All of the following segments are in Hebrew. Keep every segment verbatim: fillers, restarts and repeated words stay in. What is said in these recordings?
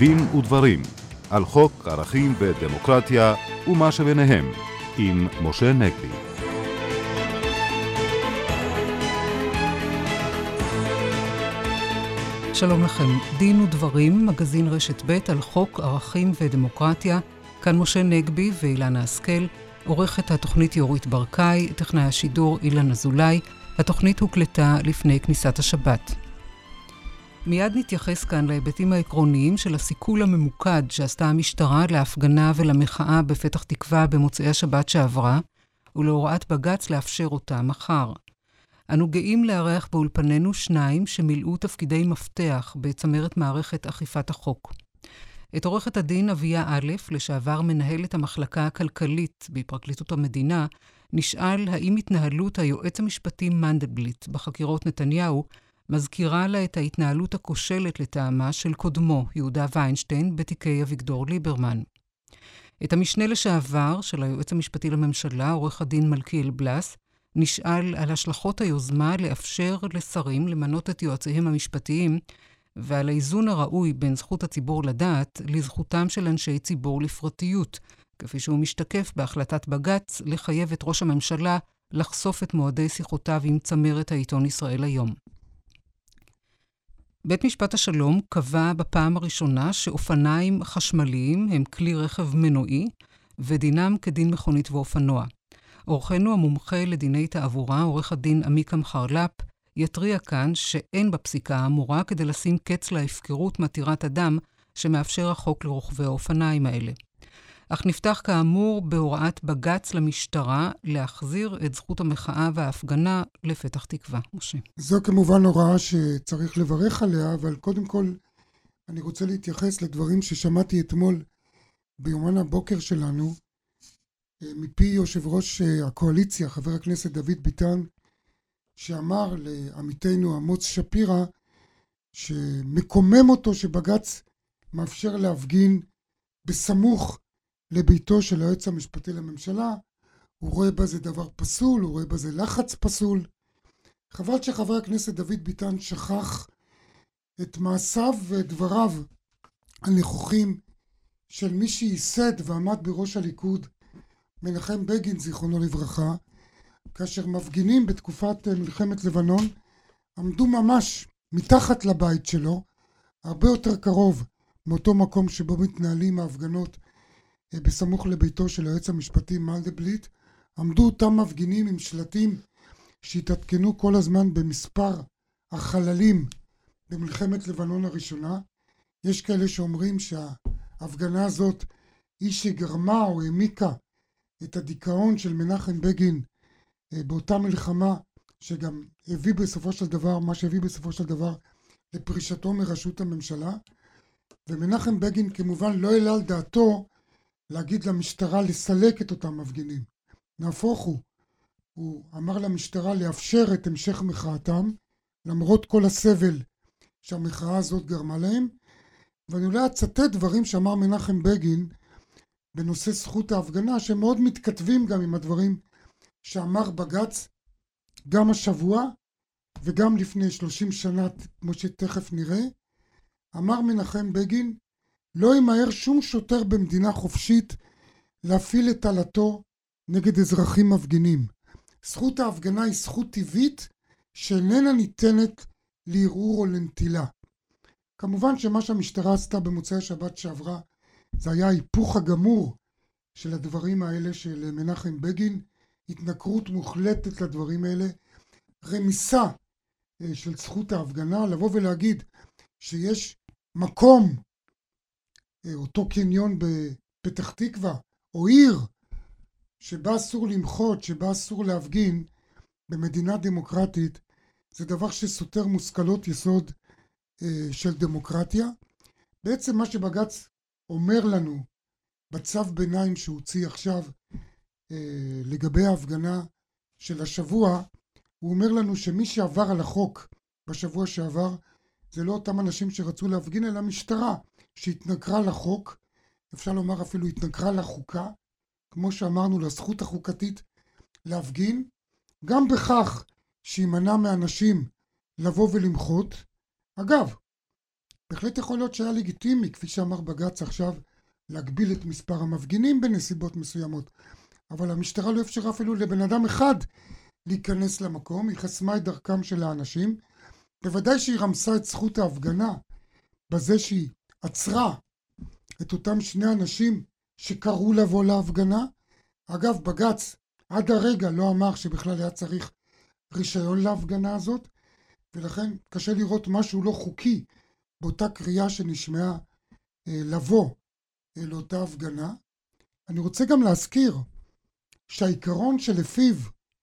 דין ודברים על חוק ערכים ודמוקרטיה ומה שביניהם עם משה נגבי. שלום לכם, דין ודברים, מגזין רשת ב' על חוק ערכים ודמוקרטיה. כאן משה נגבי ואילנה השכל, עורכת התוכנית יורית ברקאי, טכנאי השידור אילן אזולאי. התוכנית הוקלטה לפני כניסת השבת. מיד נתייחס כאן להיבטים העקרוניים של הסיכול הממוקד שעשתה המשטרה להפגנה ולמחאה בפתח תקווה במוצאי השבת שעברה, ולהוראת בג"ץ לאפשר אותה מחר. אנו גאים לארח באולפנינו שניים שמילאו תפקידי מפתח בצמרת מערכת אכיפת החוק. את עורכת הדין אביה א', לשעבר מנהלת המחלקה הכלכלית בפרקליטות המדינה, נשאל האם התנהלות היועץ המשפטי מנדלבליט בחקירות נתניהו מזכירה לה את ההתנהלות הכושלת לטעמה של קודמו, יהודה ויינשטיין, בתיקי אביגדור ליברמן. את המשנה לשעבר של היועץ המשפטי לממשלה, עורך הדין מלכיאל בלס, נשאל על השלכות היוזמה לאפשר לשרים למנות את יועציהם המשפטיים, ועל האיזון הראוי בין זכות הציבור לדעת לזכותם של אנשי ציבור לפרטיות, כפי שהוא משתקף בהחלטת בג"ץ לחייב את ראש הממשלה לחשוף את מועדי שיחותיו עם צמרת העיתון ישראל היום. בית משפט השלום קבע בפעם הראשונה שאופניים חשמליים הם כלי רכב מנועי, ודינם כדין מכונית ואופנוע. עורכנו המומחה לדיני תעבורה, עורך הדין עמיקם חרל"פ, יתריע כאן שאין בפסיקה האמורה כדי לשים קץ להפקרות מתירת אדם שמאפשר החוק לרוכבי האופניים האלה. אך נפתח כאמור בהוראת בג"ץ למשטרה להחזיר את זכות המחאה וההפגנה לפתח תקווה. משה. זו כמובן הוראה שצריך לברך עליה, אבל קודם כל אני רוצה להתייחס לדברים ששמעתי אתמול ביומן הבוקר שלנו, מפי יושב ראש הקואליציה, חבר הכנסת דוד ביטן, שאמר לעמיתנו עמוץ שפירא, שמקומם אותו שבג"ץ מאפשר להפגין בסמוך לביתו של היועץ המשפטי לממשלה. הוא רואה בזה דבר פסול, הוא רואה בזה לחץ פסול. חבל שחבר הכנסת דוד ביטן שכח את מעשיו ודבריו הנכוחים של מי שייסד ועמד בראש הליכוד, מנחם בגין זיכרונו לברכה, כאשר מפגינים בתקופת מלחמת לבנון עמדו ממש מתחת לבית שלו, הרבה יותר קרוב מאותו מקום שבו מתנהלים ההפגנות בסמוך לביתו של היועץ המשפטי מנדלבליט. עמדו אותם מפגינים עם שלטים שהתעדכנו כל הזמן במספר החללים במלחמת לבנון הראשונה. יש כאלה שאומרים שההפגנה הזאת היא שגרמה או העמיקה את הדיכאון של מנחם בגין באותה מלחמה, שגם הביא בסופו של דבר, מה שהביא בסופו של דבר לפרישתו מראשות הממשלה. ומנחם בגין כמובן לא העלה על דעתו להגיד למשטרה לסלק את אותם מפגינים. נהפוך הוא, הוא אמר למשטרה לאפשר את המשך מחאתם, למרות כל הסבל שהמחאה הזאת גרמה להם. ואני אולי אצטט דברים שאמר מנחם בגין בנושא זכות ההפגנה, שמאוד מתכתבים גם עם הדברים שאמר בג"ץ גם השבוע וגם לפני שלושים שנה, כמו שתכף נראה. אמר מנחם בגין, לא ימהר שום שוטר במדינה חופשית להפעיל את עלתו נגד אזרחים מפגינים. זכות ההפגנה היא זכות טבעית שאיננה ניתנת לערעור או לנטילה. כמובן שמה שהמשטרה עשתה במוצאי השבת שעברה, זה היה היפוך הגמור של הדברים האלה של מנחם בגין, התנכרות מוחלטת לדברים האלה, רמיסה של זכות ההפגנה. לבוא ולהגיד שיש מקום, אותו קניון בפתח תקווה, או עיר, שבה אסור למחות, שבה אסור להפגין במדינה דמוקרטית, זה דבר שסותר מושכלות יסוד של דמוקרטיה. בעצם מה שבג"ץ אומר לנו בצו ביניים שהוציא עכשיו לגבי ההפגנה של השבוע, הוא אומר לנו שמי שעבר על החוק בשבוע שעבר זה לא אותם אנשים שרצו להפגין, אלא משטרה שהתנכרה לחוק, אפשר לומר אפילו התנכרה לחוקה, כמו שאמרנו, לזכות החוקתית להפגין, גם בכך שימנע מאנשים לבוא ולמחות. אגב, בהחלט יכול להיות שהיה לגיטימי, כפי שאמר בג"ץ עכשיו, להגביל את מספר המפגינים בנסיבות מסוימות. אבל המשטרה לא אפשרה אפילו לבן אדם אחד להיכנס למקום, היא חסמה את דרכם של האנשים. בוודאי שהיא רמסה את זכות ההפגנה, בזה שהיא עצרה את אותם שני אנשים שקראו לבוא להפגנה. אגב, בג"ץ עד הרגע לא אמר שבכלל היה צריך רישיון להפגנה הזאת, ולכן קשה לראות משהו לא חוקי באותה קריאה שנשמעה אה, לבוא אה, לאותה הפגנה. אני רוצה גם להזכיר שהעיקרון שלפיו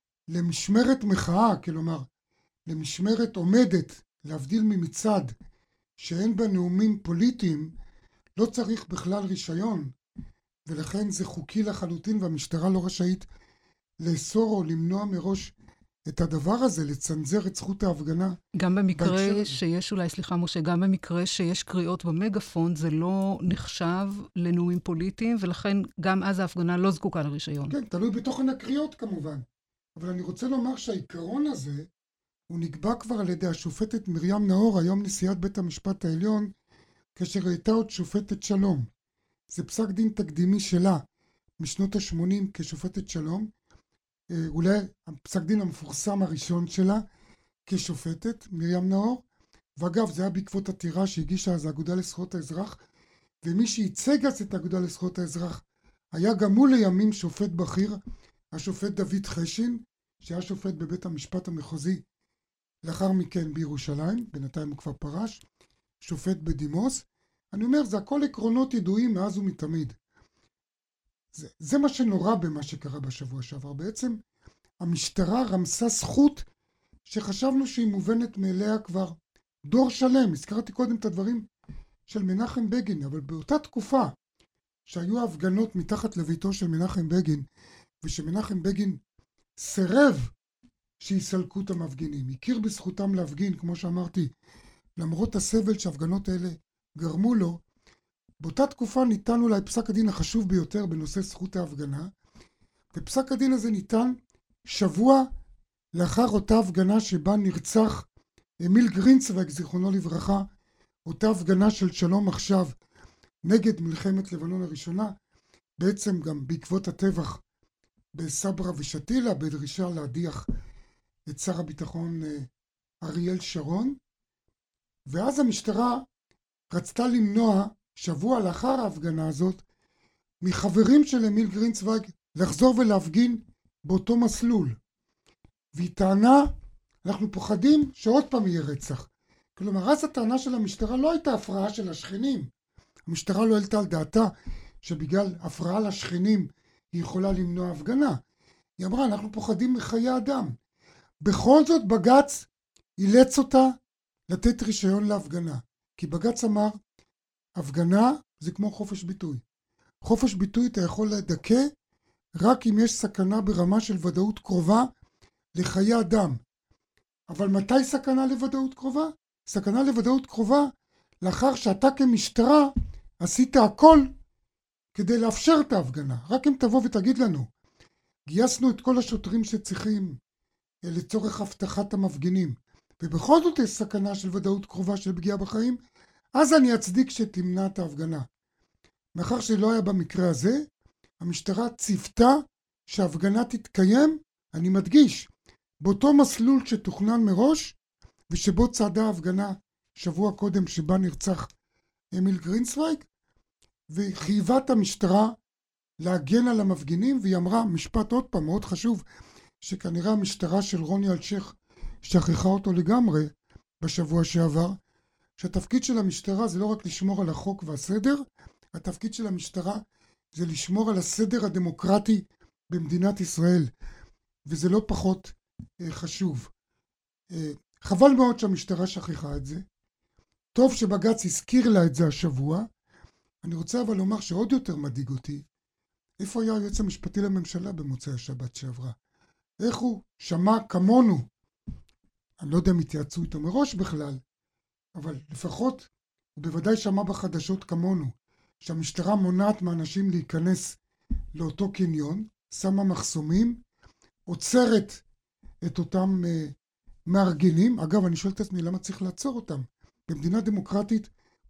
למשמרת מחאה, כלומר למשמרת עומדת, להבדיל ממצעד שאין בה נאומים פוליטיים, לא צריך בכלל רישיון, ולכן זה חוקי לחלוטין, והמשטרה לא רשאית לאסור או למנוע מראש את הדבר הזה, לצנזר את זכות ההפגנה. גם במקרה שיש, אולי סליחה משה, גם במקרה שיש קריאות במגפון, זה לא נחשב לנאומים פוליטיים, ולכן גם אז ההפגנה לא זקוקה לרישיון. כן, תלוי בתוכן הקריאות כמובן. אבל אני רוצה לומר שהעיקרון הזה, הוא נקבע כבר על ידי השופטת מרים נאור, היום נשיאת בית המשפט העליון, כאשר הייתה עוד שופטת שלום. זה פסק דין תקדימי שלה, משנות ה-שמונים כשופטת שלום, אולי הפסק דין המפורסם הראשון שלה כשופטת, מרים נאור, ואגב זה היה בעקבות עתירה שהגישה אז האגודה לזכויות האזרח, ומי שייצג אז את האגודה לזכויות האזרח היה גם הוא לימים שופט בכיר, השופט דוד חשין, שהיה שופט בבית המשפט המחוזי, לאחר מכן בירושלים, בינתיים הוא כבר פרש, שופט בדימוס. אני אומר, זה הכל עקרונות ידועים מאז ומתמיד. זה, זה מה שנורא במה שקרה בשבוע שעבר. בעצם המשטרה רמסה זכות שחשבנו שהיא מובנת מאליה כבר דור שלם. הזכרתי קודם את הדברים של מנחם בגין, אבל באותה תקופה שהיו ההפגנות מתחת לביתו של מנחם בגין, ושמנחם בגין סירב שיסלקו את המפגינים, הכיר בזכותם להפגין, כמו שאמרתי, למרות הסבל שההפגנות האלה גרמו לו, באותה תקופה ניתן אולי פסק הדין החשוב ביותר בנושא זכות ההפגנה, ופסק הדין הזה ניתן שבוע לאחר אותה הפגנה שבה נרצח אמיל גרינצוויג, זיכרונו לברכה, אותה הפגנה של שלום עכשיו נגד מלחמת לבנון הראשונה, בעצם גם בעקבות הטבח בסברה ושתילה, בדרישה להדיח את שר הביטחון אריאל שרון, ואז המשטרה רצתה למנוע שבוע לאחר ההפגנה הזאת מחברים של אמיל גרינצוויג לחזור ולהפגין באותו מסלול, והיא טענה, אנחנו פוחדים שעוד פעם יהיה רצח. כלומר, אז הטענה של המשטרה לא הייתה הפרעה של השכנים, המשטרה לא העלתה על דעתה שבגלל הפרעה לשכנים היא יכולה למנוע הפגנה. היא אמרה, אנחנו פוחדים מחיי אדם. בכל זאת בג"ץ אילץ אותה לתת רישיון להפגנה, כי בג"ץ אמר, הפגנה זה כמו חופש ביטוי. חופש ביטוי אתה יכול לדכא רק אם יש סכנה ברמה של ודאות קרובה לחיי אדם. אבל מתי סכנה לוודאות קרובה? סכנה לוודאות קרובה לאחר שאתה כמשטרה עשית הכל כדי לאפשר את ההפגנה. רק אם תבוא ותגיד לנו, גייסנו את כל השוטרים שצריכים לצורך הבטחת המפגינים, ובכל זאת יש סכנה של ודאות קרובה של פגיעה בחיים, אז אני אצדיק שתמנע את ההפגנה. מאחר שלא היה במקרה הזה, המשטרה ציוותה שההפגנה תתקיים, אני מדגיש, באותו מסלול שתוכנן מראש, ושבו צעדה ההפגנה שבוע קודם שבה נרצח אמיל גרינצוויג, וחייבה את המשטרה להגן על המפגינים, והיא אמרה משפט עוד פעם מאוד חשוב, שכנראה המשטרה של רוני אלשיך שכחה אותו לגמרי בשבוע שעבר, שהתפקיד של המשטרה זה לא רק לשמור על החוק והסדר, התפקיד של המשטרה זה לשמור על הסדר הדמוקרטי במדינת ישראל, וזה לא פחות אה, חשוב. אה, חבל מאוד שהמשטרה שכחה את זה, טוב שבג"ץ הזכיר לה את זה השבוע. אני רוצה אבל לומר שעוד יותר מדאיג אותי, איפה היה היועץ המשפטי לממשלה במוצאי השבת שעברה? איך הוא שמע כמונו, אני לא יודע אם התייעצו איתו מראש בכלל, אבל לפחות הוא בוודאי שמע בחדשות כמונו, שהמשטרה מונעת מאנשים להיכנס לאותו קניון, שמה מחסומים, עוצרת את אותם uh, מארגנים. אגב, אני שואל את עצמי למה צריך לעצור אותם. במדינה דמוקרטית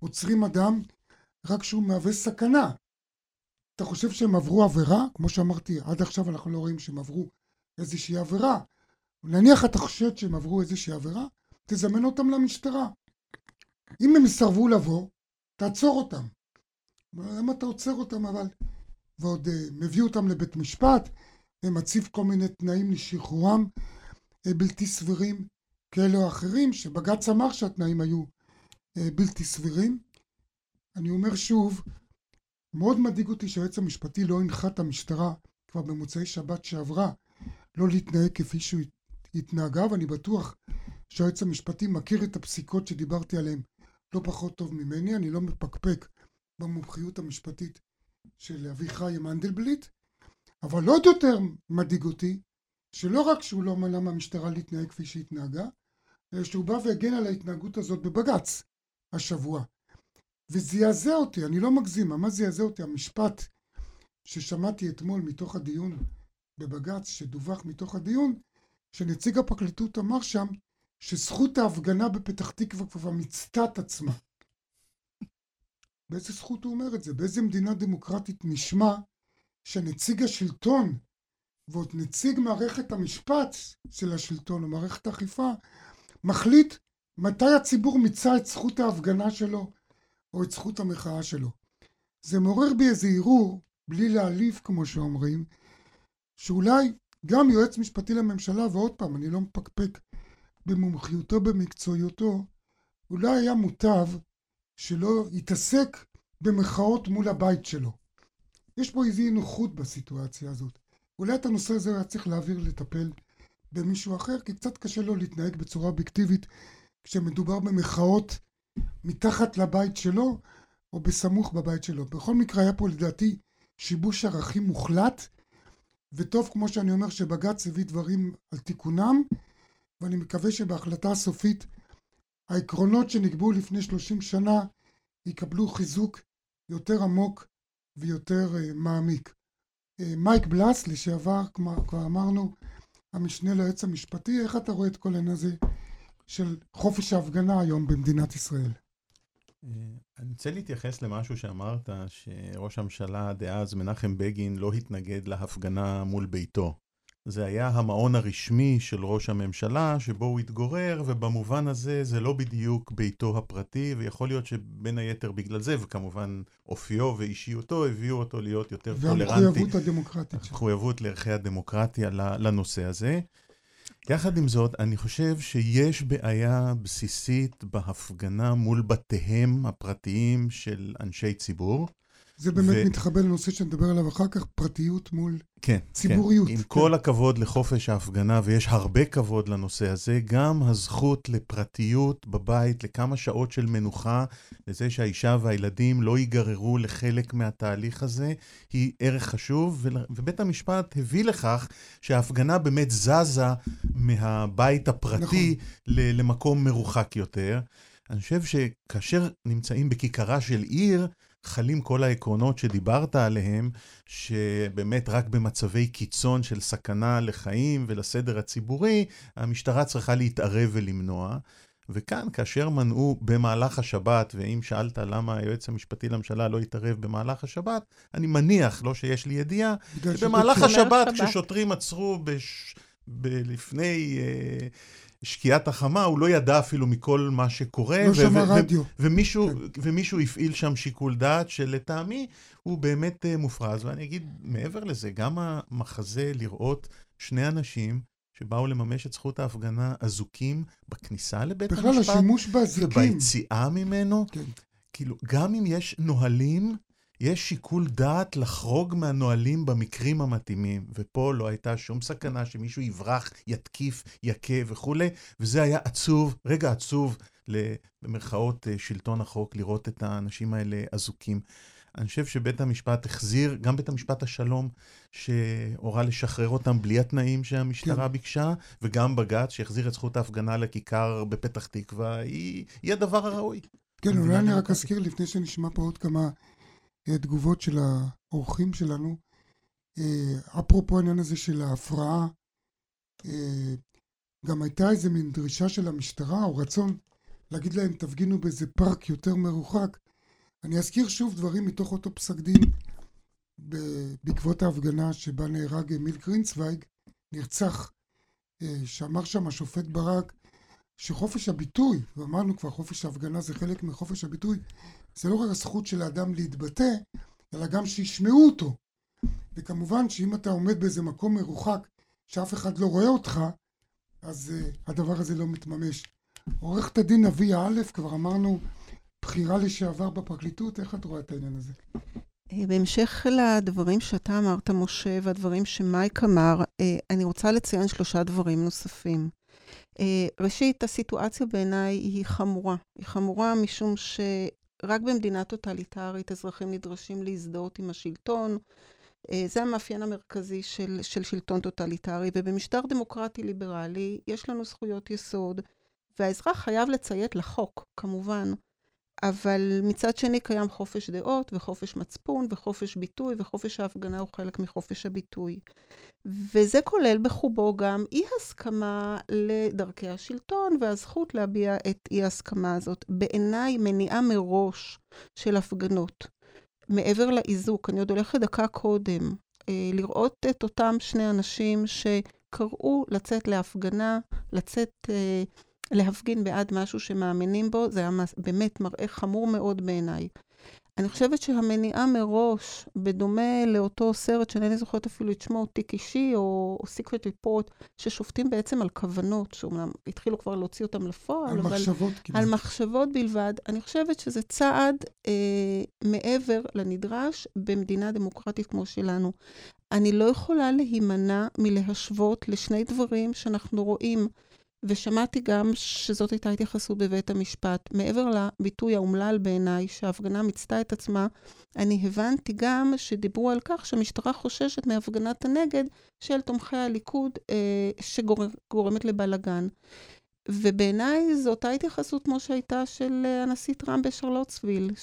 עוצרים אדם רק שהוא מהווה סכנה. אתה חושב שהם עברו עבירה? כמו שאמרתי, עד עכשיו אנחנו לא רואים שהם עברו איזושהי עבירה. נניח אתה חושד שהם עברו איזושהי עבירה, תזמן אותם למשטרה. אם הם יסרבו לבוא, תעצור אותם. למה אתה עוצר אותם אבל? ועוד uh, מביא אותם לבית משפט, ומציב כל מיני תנאים לשחרורם uh, בלתי סבירים כאלה או אחרים, שבג"ץ אמר שהתנאים היו uh, בלתי סבירים. אני אומר שוב, מאוד מדאיג אותי שהיועץ המשפטי לא הנחה את המשטרה כבר במוצאי שבת שעברה לא להתנהג כפי שהוא התנהגה, ואני בטוח שהיועץ המשפטי מכיר את הפסיקות שדיברתי עליהן לא פחות טוב ממני. אני לא מפקפק במומחיות המשפטית של אביחי מנדלבליט, אבל עוד יותר מדאיג אותי שלא רק שהוא לא מנע מהמשטרה להתנהג כפי שהתנהגה, אלא שהוא בא והגן על ההתנהגות הזאת בבג"ץ השבוע. וזעזע אותי, אני לא מגזים, מה זעזע אותי? המשפט ששמעתי אתמול מתוך הדיון בבג"ץ, שדווח מתוך הדיון, שנציג הפרקליטות אמר שם שזכות ההפגנה בפתח תקווה כבר מיצתה את עצמה. באיזה זכות הוא אומר את זה? באיזה מדינה דמוקרטית נשמע שנציג השלטון ועוד נציג מערכת המשפט של השלטון או מערכת האכיפה מחליט מתי הציבור מיצה את זכות ההפגנה שלו או את זכות המחאה שלו? זה מעורר בי איזה ערעור, בלי להעליב כמו שאומרים, שאולי גם יועץ משפטי לממשלה, ועוד פעם אני לא מפקפק במומחיותו במקצועיותו, אולי היה מוטב שלא יתעסק במחאות מול הבית שלו. יש פה איזו נוחות בסיטואציה הזאת. אולי את הנושא הזה היה צריך להעביר לטפל במישהו אחר, כי קצת קשה לו להתנהג בצורה אובייקטיבית כשמדובר במחאות מתחת לבית שלו או בסמוך בבית שלו. בכל מקרה היה פה לדעתי שיבוש ערכים מוחלט, וטוב כמו שאני אומר שבג"ץ הביא דברים על תיקונם, ואני מקווה שבהחלטה הסופית העקרונות שנקבעו לפני שלושים שנה יקבלו חיזוק יותר עמוק ויותר uh, מעמיק. Uh, מייק בלס לשעבר, כמו כבר אמרנו, המשנה ליועץ המשפטי, איך אתה רואה את כל העניין הזה של חופש ההפגנה היום במדינת ישראל? אני רוצה להתייחס למשהו שאמרת, שראש הממשלה דאז מנחם בגין לא התנגד להפגנה מול ביתו. זה היה המעון הרשמי של ראש הממשלה שבו הוא התגורר, ובמובן הזה זה לא בדיוק ביתו הפרטי, ויכול להיות שבין היתר בגלל זה, וכמובן אופיו ואישיותו הביאו אותו להיות יותר טולרנטי. והמחויבות הדמוקרטית. המחויבות לערכי הדמוקרטיה לנושא הזה. יחד עם זאת, אני חושב שיש בעיה בסיסית בהפגנה מול בתיהם הפרטיים של אנשי ציבור. זה באמת ו... מתחבר לנושא שנדבר עליו אחר כך, פרטיות מול כן, ציבוריות. כן. עם כן. כל הכבוד לחופש ההפגנה, ויש הרבה כבוד לנושא הזה, גם הזכות לפרטיות בבית, לכמה שעות של מנוחה, לזה שהאישה והילדים לא ייגררו לחלק מהתהליך הזה, היא ערך חשוב, ובית המשפט הביא לכך שההפגנה באמת זזה מהבית הפרטי נכון. למקום מרוחק יותר. אני חושב שכאשר נמצאים בכיכרה של עיר, חלים כל העקרונות שדיברת עליהם, שבאמת רק במצבי קיצון של סכנה לחיים ולסדר הציבורי, המשטרה צריכה להתערב ולמנוע. וכאן, כאשר מנעו במהלך השבת, ואם שאלת למה היועץ המשפטי לממשלה לא התערב במהלך השבת, אני מניח, לא שיש לי ידיעה, שבמהלך השבת, כששוטרים עצרו בש... ב- לפני... אה, שקיעת החמה, הוא לא ידע אפילו מכל מה שקורה. לא שמע רדיו. ומישהו, ומישהו הפעיל שם שיקול דעת שלטעמי הוא באמת מופרז. ואני אגיד, מעבר לזה, גם המחזה לראות שני אנשים שבאו לממש את זכות ההפגנה אזוקים בכניסה לבית המשפט. בכלל השימוש באזיקים. וביציאה ממנו. כן. כאילו, גם אם יש נהלים, יש שיקול דעת לחרוג מהנהלים במקרים המתאימים, ופה לא הייתה שום סכנה שמישהו יברח, יתקיף, יקה וכו', וזה היה עצוב, רגע עצוב, במרכאות שלטון החוק, לראות את האנשים האלה אזוקים. אני חושב שבית המשפט החזיר, גם בית המשפט השלום, שהורה לשחרר אותם בלי התנאים שהמשטרה כן. ביקשה, וגם בג"ץ שהחזיר את זכות ההפגנה לכיכר בפתח תקווה, היא, היא הדבר הראוי. כן, אולי אני רק אזכיר לפני שנשמע פה עוד כמה תגובות של האורחים שלנו, אפרופו העניין הזה של ההפרעה, גם הייתה איזה מין דרישה של המשטרה או רצון להגיד להם תפגינו באיזה פארק יותר מרוחק. אני אזכיר שוב דברים מתוך אותו פסק דין בעקבות ההפגנה שבה נהרג אמיל גרינצוויג, נרצח, שאמר שם השופט ברק שחופש הביטוי, ואמרנו כבר חופש ההפגנה זה חלק מחופש הביטוי, זה לא רק הזכות של האדם להתבטא, אלא גם שישמעו אותו. וכמובן שאם אתה עומד באיזה מקום מרוחק שאף אחד לא רואה אותך, אז uh, הדבר הזה לא מתממש. עורכת הדין אביה א', כבר אמרנו, בחירה לשעבר בפרקליטות, איך את רואה את העניין הזה? בהמשך לדברים שאתה אמרת, משה, והדברים שמייק אמר, אני רוצה לציין שלושה דברים נוספים. ראשית, הסיטואציה בעיניי היא חמורה. היא חמורה משום שרק במדינה טוטליטרית אזרחים נדרשים להזדהות עם השלטון. זה המאפיין המרכזי של, של שלטון טוטליטרי, ובמשטר דמוקרטי ליברלי יש לנו זכויות יסוד, והאזרח חייב לציית לחוק, כמובן. אבל מצד שני קיים חופש דעות וחופש מצפון וחופש ביטוי, וחופש ההפגנה הוא חלק מחופש הביטוי. וזה כולל בחובו גם אי הסכמה לדרכי השלטון והזכות להביע את אי הסכמה הזאת. בעיניי מניעה מראש של הפגנות. מעבר לאיזוק, אני עוד הולכת דקה קודם, לראות את אותם שני אנשים שקראו לצאת להפגנה, לצאת להפגין בעד משהו שמאמינים בו, זה היה באמת מראה חמור מאוד בעיניי. אני חושבת שהמניעה מראש, בדומה לאותו סרט שאני זוכרת אפילו את שמו, תיק אישי או, או Secret Report, ששופטים בעצם על כוונות, שאומנם התחילו כבר להוציא אותם לפועל, על אבל מחשבות כמעט. על מחשבות בלבד. אני חושבת שזה צעד אה, מעבר לנדרש במדינה דמוקרטית כמו שלנו. אני לא יכולה להימנע מלהשוות לשני דברים שאנחנו רואים, ושמעתי גם שזאת הייתה התייחסות בבית המשפט. מעבר לביטוי האומלל בעיניי, שההפגנה מצתה את עצמה, אני הבנתי גם שדיברו על כך שהמשטרה חוששת מהפגנת הנגד של תומכי הליכוד אה, שגורמת לבלגן. ובעיניי זו אותה התייחסות כמו שהייתה של הנשיא טראמפ בשרלוטסוויל,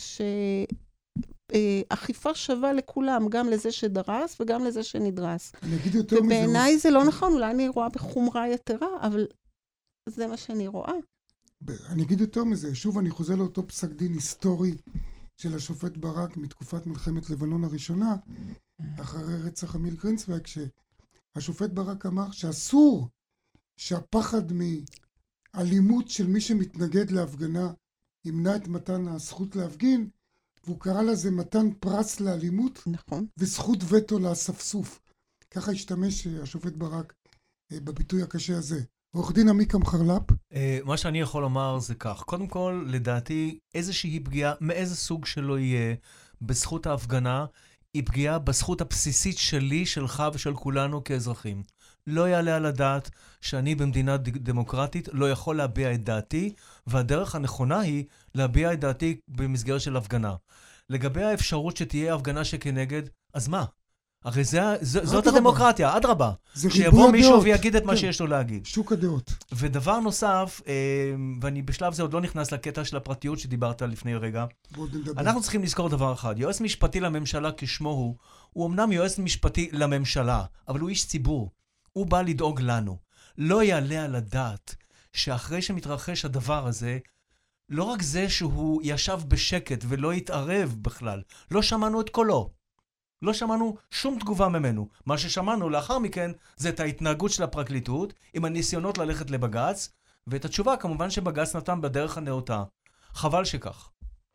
שאכיפה שווה לכולם, גם לזה שדרס וגם לזה שנדרס. אני אגיד יותר מזה. ובעיניי זה לא נכון, אולי אני רואה בחומרה יתרה, אבל זה מה שאני רואה. אני אגיד יותר מזה, שוב אני חוזר לאותו פסק דין היסטורי של השופט ברק מתקופת מלחמת לבנון הראשונה, אחרי רצח אמיל גרינצוויג, שהשופט ברק אמר שאסור שהפחד מאלימות של מי שמתנגד להפגנה ימנע את מתן הזכות להפגין, והוא קרא לזה מתן פרס לאלימות, נכון. וזכות וטו לאספסוף. ככה השתמש השופט ברק בביטוי הקשה הזה. עורך דין עמיקם חרל"פ. מה שאני יכול לומר זה כך. קודם כל, לדעתי, איזושהי פגיעה, מאיזה סוג שלא יהיה, בזכות ההפגנה, היא פגיעה בזכות הבסיסית שלי, שלך ושל כולנו כאזרחים. לא יעלה על הדעת שאני במדינה דמוקרטית לא יכול להביע את דעתי, והדרך הנכונה היא להביע את דעתי במסגרת של הפגנה. לגבי האפשרות שתהיה הפגנה שכנגד, אז מה? הרי זה, זה, זאת הדמוקרטיה, עד רבה. שיבוא מישהו ויגיד את מה שיש לו להגיד. שוק הדעות. ודבר נוסף, ואני בשלב זה עוד לא נכנס לקטע של הפרטיות שדיברת לפני רגע, אנחנו צריכים לזכור דבר אחד. יועץ משפטי לממשלה כשמו הוא, הוא אמנם יועץ משפטי לממשלה, אבל הוא איש ציבור. הוא בא לדאוג לנו. לא יעלה על הדעת שאחרי שמתרחש הדבר הזה, לא רק זה שהוא ישב בשקט ולא התערב בכלל, לא שמענו את קולו. לא שמענו שום תגובה ממנו. מה ששמענו לאחר מכן זה את ההתנהגות של הפרקליטות עם הניסיונות ללכת לבג"ץ, ואת התשובה כמובן שבג"ץ נתן בדרך הנאותה. חבל שכך.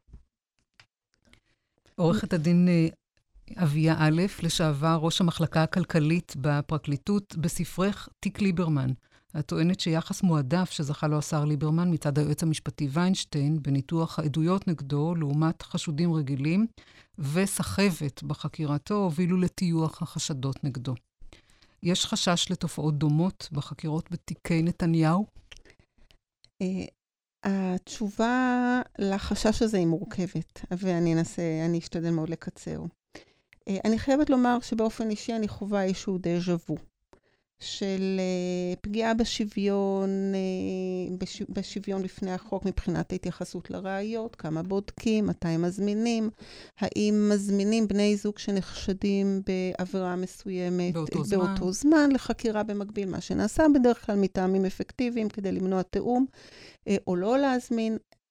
עורכת הדין אביה א', לשעבר ראש המחלקה הכלכלית בפרקליטות, בספרך תיק ליברמן. את טוענת שיחס מועדף שזכה לו השר ליברמן מצד היועץ המשפטי ויינשטיין בניתוח העדויות נגדו לעומת חשודים רגילים וסחבת בחקירתו הובילו לטיוח החשדות נגדו. יש חשש לתופעות דומות בחקירות בתיקי נתניהו? התשובה לחשש הזה היא מורכבת, ואני אנסה, אני אשתדל מאוד לקצר. אני חייבת לומר שבאופן אישי אני חווה איזשהו דז'ה וו. של uh, פגיעה בשוויון, uh, בשוויון לפני החוק מבחינת ההתייחסות לראיות, כמה בודקים, מתי מזמינים, האם מזמינים בני זוג שנחשדים בעבירה מסוימת באותו, באותו זמן. זמן לחקירה במקביל, מה שנעשה בדרך כלל מטעמים אפקטיביים כדי למנוע תאום, uh, או לא להזמין.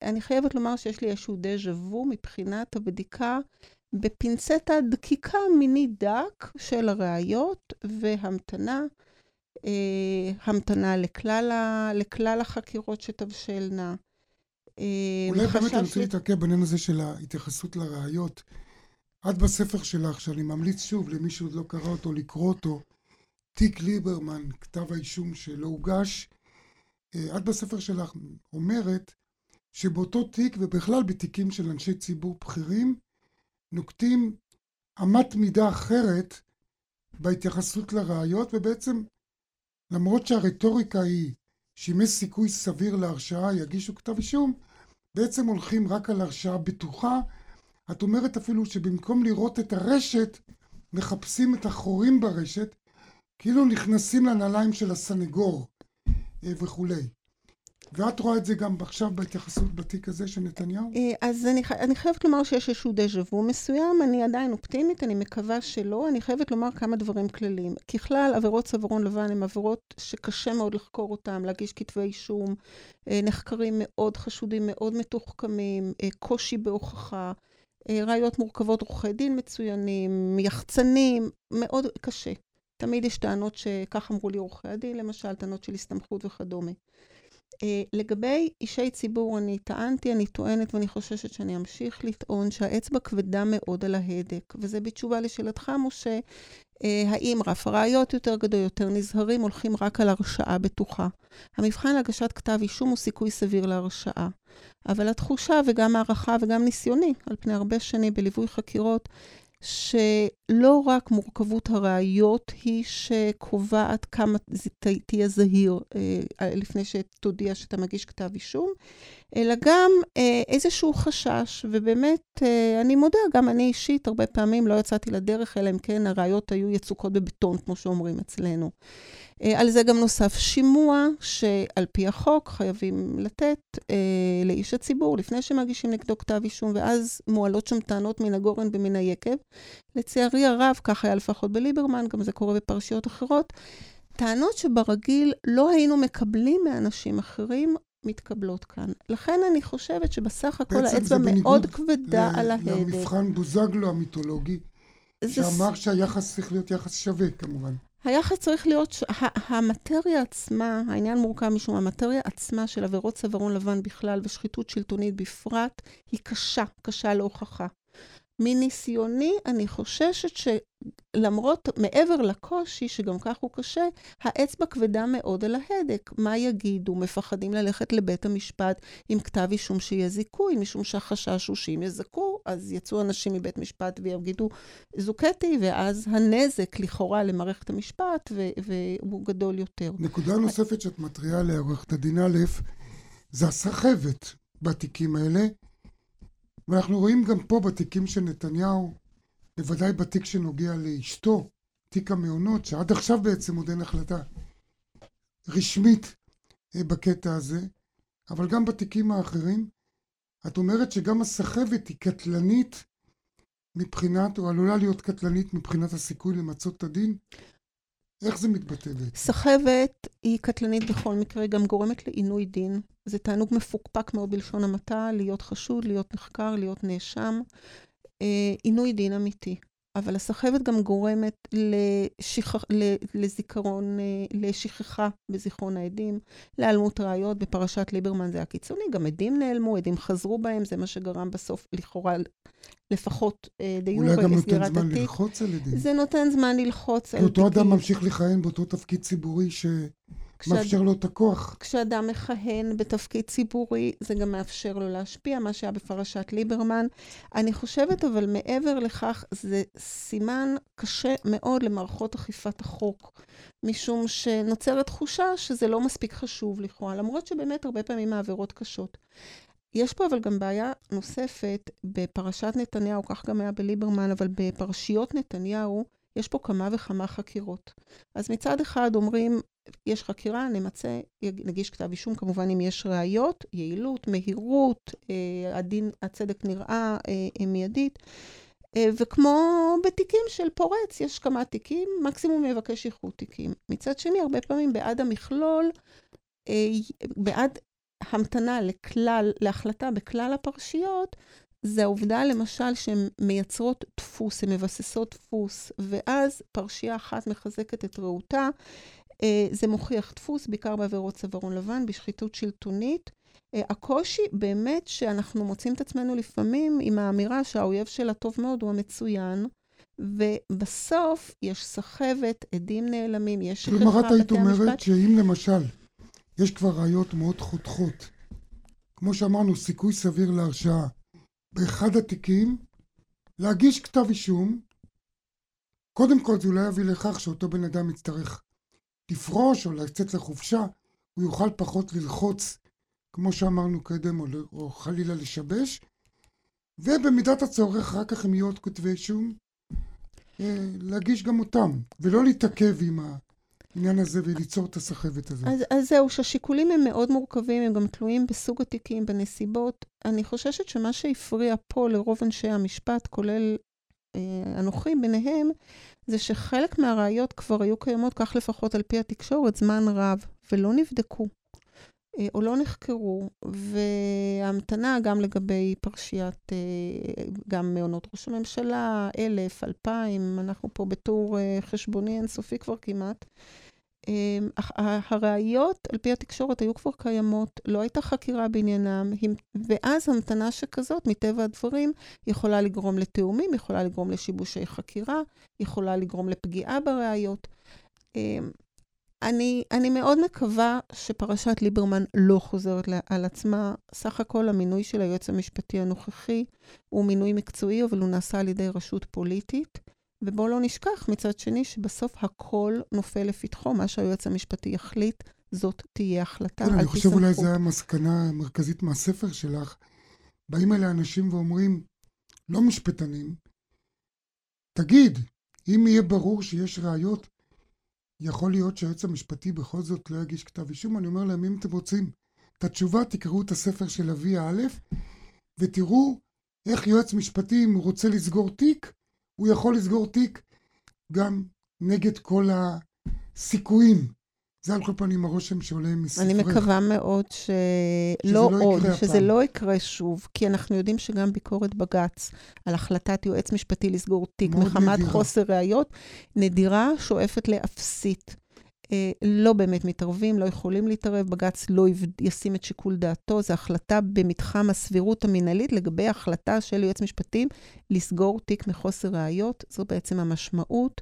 אני חייבת לומר שיש לי איזשהו דז'ה וו מבחינת הבדיקה בפינצטה דקיקה מיני דק של הראיות והמתנה, אה, המתנה לכלל, ה, לכלל החקירות שתבשלנה. אה, אולי באמת אני רוצה ש... להתעכב בעניין הזה של ההתייחסות לראיות. את בספר שלך, שאני ממליץ שוב למי שעוד לא קרא אותו, לקרוא אותו, תיק ליברמן, כתב האישום שלא הוגש, את בספר שלך אומרת שבאותו תיק ובכלל בתיקים של אנשי ציבור בכירים, נוקטים אמת מידה אחרת בהתייחסות לראיות, ובעצם למרות שהרטוריקה היא שאם יש סיכוי סביר להרשעה יגישו כתב אישום, בעצם הולכים רק על הרשעה בטוחה. את אומרת אפילו שבמקום לראות את הרשת, מחפשים את החורים ברשת, כאילו נכנסים לנעליים של הסנגור וכולי. ואת רואה את זה גם עכשיו בהתייחסות בתיק הזה של נתניהו? אז אני, אני חייבת לומר שיש איזשהו דז'ה וו מסוים, אני עדיין אופטימית, אני מקווה שלא, אני חייבת לומר כמה דברים כלליים. ככלל, עבירות צווארון לבן הן עבירות שקשה מאוד לחקור אותן, להגיש כתבי אישום, נחקרים מאוד חשודים, מאוד מתוחכמים, קושי בהוכחה, ראיות מורכבות, עורכי דין מצוינים, יחצנים, מאוד קשה. תמיד יש טענות שכך אמרו לי עורכי הדין, למשל, טענות של הסתמכות וכדומה. Uh, לגבי אישי ציבור, אני טענתי, אני טוענת ואני חוששת שאני אמשיך לטעון שהאצבע כבדה מאוד על ההדק, וזה בתשובה לשאלתך, משה, uh, האם רף הראיות יותר גדול, יותר נזהרים, הולכים רק על הרשעה בטוחה. המבחן להגשת כתב אישום הוא סיכוי סביר להרשעה, אבל התחושה וגם הערכה וגם ניסיוני, על פני הרבה שנים בליווי חקירות, שלא רק מורכבות הראיות היא שקובעת כמה תהיה זהיר אה, לפני שתודיע שאתה מגיש כתב אישום, אלא גם אה, איזשהו חשש, ובאמת אה, אני מודה, גם אני אישית הרבה פעמים לא יצאתי לדרך, אלא אם כן הראיות היו יצוקות בבטון, כמו שאומרים אצלנו. אה, על זה גם נוסף שימוע, שעל פי החוק חייבים לתת אה, לאיש הציבור, לפני שמגישים נגדו כתב אישום, ואז מועלות שם טענות מן הגורן ומן היקב. לצערי הרב, כך היה לפחות בליברמן, גם זה קורה בפרשיות אחרות, טענות שברגיל לא היינו מקבלים מאנשים אחרים, מתקבלות כאן. לכן אני חושבת שבסך הכל האצבע מאוד כבדה על ההדק. למבחן בוזגלו המיתולוגי, שאמר שהיחס צריך להיות יחס שווה כמובן. היחס צריך להיות, המטריה עצמה, העניין מורכב משום, המטריה עצמה של עבירות צווארון לבן בכלל ושחיתות שלטונית בפרט, היא קשה, קשה להוכחה. מניסיוני, אני חוששת שלמרות, מעבר לקושי, שגם כך הוא קשה, האצבע כבדה מאוד על ההדק. מה יגידו? מפחדים ללכת לבית המשפט עם כתב אישום שיהיה זיכוי, משום שהחשש הוא שאם יזכו, אז יצאו אנשים מבית משפט ויגידו, זוכתי, ואז הנזק לכאורה למערכת המשפט, ו- והוא גדול יותר. נקודה נוספת שאת מטריעה לעורכת הדין א', זה הסחבת בתיקים האלה, ואנחנו רואים גם פה בתיקים של נתניהו, בוודאי בתיק שנוגע לאשתו, תיק המעונות, שעד עכשיו בעצם עוד אין החלטה רשמית בקטע הזה, אבל גם בתיקים האחרים, את אומרת שגם הסחבת היא קטלנית מבחינת, או עלולה להיות קטלנית מבחינת הסיכוי למצות את הדין. איך זה מתבטא בעצם? סחבת היא קטלנית בכל מקרה, גם גורמת לעינוי דין. זה תענוג מפוקפק מאוד בלשון המעטה, להיות חשוד, להיות נחקר, להיות נאשם. אה, עינוי דין אמיתי. אבל הסחבת גם גורמת לשכח, לזיכרון, לשכחה בזיכרון העדים, להיעלמות ראיות. בפרשת ליברמן זה הקיצוני, גם עדים נעלמו, עדים חזרו בהם, זה מה שגרם בסוף לכאורה לפחות דיור בסגירת התיק. אולי גם נותן זמן ללחוץ על עדים. זה נותן זמן ללחוץ על תיקים. אותו אדם ממשיך לכהן באותו תפקיד ציבורי ש... מאפשר לו את הכוח. כשאדם מכהן בתפקיד ציבורי, זה גם מאפשר לו להשפיע, מה שהיה בפרשת ליברמן. אני חושבת, אבל מעבר לכך, זה סימן קשה מאוד למערכות אכיפת החוק, משום שנוצרת תחושה שזה לא מספיק חשוב לכאורה, למרות שבאמת הרבה פעמים העבירות קשות. יש פה אבל גם בעיה נוספת, בפרשת נתניהו, כך גם היה בליברמן, אבל בפרשיות נתניהו, יש פה כמה וכמה חקירות. אז מצד אחד אומרים, יש חקירה, נמצא, נגיש כתב אישום, כמובן אם יש ראיות, יעילות, מהירות, אה, הדין, הצדק נראה אה, מיידית, אה, וכמו בתיקים של פורץ, יש כמה תיקים, מקסימום מבקש איחוד תיקים. מצד שני, הרבה פעמים בעד המכלול, אה, בעד המתנה לכלל, להחלטה בכלל הפרשיות, זה העובדה למשל שהן מייצרות דפוס, הן מבססות דפוס, ואז פרשייה אחת מחזקת את ראותה, זה מוכיח דפוס, בעיקר בעבירות צווארון לבן, בשחיתות שלטונית. הקושי באמת שאנחנו מוצאים את עצמנו לפעמים עם האמירה שהאויב של הטוב מאוד הוא המצוין, ובסוף יש סחבת, עדים נעלמים, יש שכחה בתי המשפט. כלומר, את היית אומרת שאם למשל יש כבר ראיות מאוד חותכות, כמו שאמרנו, סיכוי סביר להרשעה, באחד התיקים, להגיש כתב אישום, קודם כל זה אולי יביא לכך שאותו בן אדם יצטרך לפרוש או לצאת לחופשה, הוא יוכל פחות ללחוץ, כמו שאמרנו קודם, או, או חלילה לשבש, ובמידת הצורך, רק כך הם יהיו עוד כתבי אישום, להגיש גם אותם, ולא להתעכב עם העניין הזה וליצור את הסחבת הזאת. אז, אז זהו, שהשיקולים הם מאוד מורכבים, הם גם תלויים בסוג התיקים, בנסיבות. אני חוששת שמה שהפריע פה לרוב אנשי המשפט, כולל אה, אנוכי ביניהם, זה שחלק מהראיות כבר היו קיימות, כך לפחות על פי התקשורת, זמן רב, ולא נבדקו, אה, או לא נחקרו, וההמתנה גם לגבי פרשיית, אה, גם מעונות ראש הממשלה, אלף, אלפיים, אנחנו פה בתור אה, חשבוני אינסופי כבר כמעט, הראיות על פי התקשורת היו כבר קיימות, לא הייתה חקירה בעניינם, ואז המתנה שכזאת, מטבע הדברים, יכולה לגרום לתאומים, יכולה לגרום לשיבושי חקירה, יכולה לגרום לפגיעה בראיות. אני, אני מאוד מקווה שפרשת ליברמן לא חוזרת על עצמה. סך הכל המינוי של היועץ המשפטי הנוכחי הוא מינוי מקצועי, אבל הוא נעשה על ידי רשות פוליטית. ובואו לא נשכח מצד שני שבסוף הכל נופל לפתחו, מה שהיועץ המשפטי יחליט, זאת תהיה החלטה. כן, אני חושב אולי זו המסקנה המרכזית מהספר שלך. באים אלה אנשים ואומרים, לא משפטנים, תגיד, אם יהיה ברור שיש ראיות, יכול להיות שהיועץ המשפטי בכל זאת לא יגיש כתב אישום. אני אומר להם, אם אתם רוצים את התשובה, תקראו את הספר של אבי א', ותראו איך יועץ משפטי, אם הוא רוצה לסגור תיק, הוא יכול לסגור תיק גם נגד כל הסיכויים. זה על כל פנים הרושם שעולה מספרך. אני מקווה מאוד שלא עוד, שזה לא יקרה שוב, כי אנחנו יודעים שגם ביקורת בג"ץ על החלטת יועץ משפטי לסגור תיק מחמת חוסר ראיות, נדירה שואפת לאפסית. לא באמת מתערבים, לא יכולים להתערב, בג"ץ לא ישים את שיקול דעתו, זו החלטה במתחם הסבירות המנהלית לגבי החלטה של יועץ משפטים לסגור תיק מחוסר ראיות, זו בעצם המשמעות,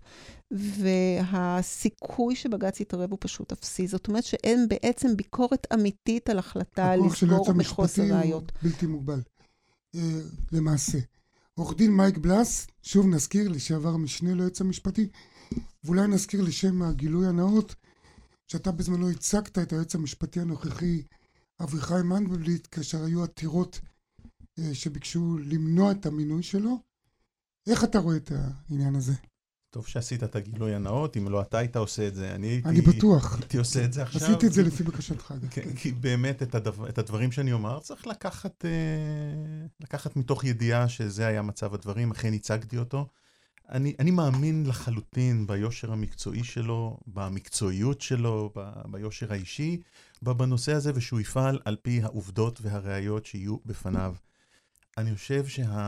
והסיכוי שבג"ץ יתערב הוא פשוט אפסי, זאת אומרת שאין בעצם ביקורת אמיתית על החלטה לסגור מחוסר ראיות. הכוח של יועץ המשפטי הוא בלתי מוגבל, למעשה. עורך דין מייק בלס, שוב נזכיר, לשעבר משנה ליועץ המשפטי, ואולי נזכיר לשם הגילוי הנאות, שאתה בזמנו הצגת את היועץ המשפטי הנוכחי, אביחי מנדלבליט, כאשר היו עתירות אה, שביקשו למנוע את המינוי שלו. איך אתה רואה את העניין הזה? טוב שעשית את הגילוי הנאות, אם לא אתה היית עושה את זה, אני הייתי... אני בטוח. הייתי עושה את זה עכשיו. עשיתי את זה לפי בקשתך. כן, כי באמת את, הדבר, את הדברים שאני אומר, צריך לקחת, אה, לקחת מתוך ידיעה שזה היה מצב הדברים, אכן הצגתי אותו. אני, אני מאמין לחלוטין ביושר המקצועי שלו, במקצועיות שלו, ב, ביושר האישי, בנושא הזה, ושהוא יפעל על פי העובדות והראיות שיהיו בפניו. אני חושב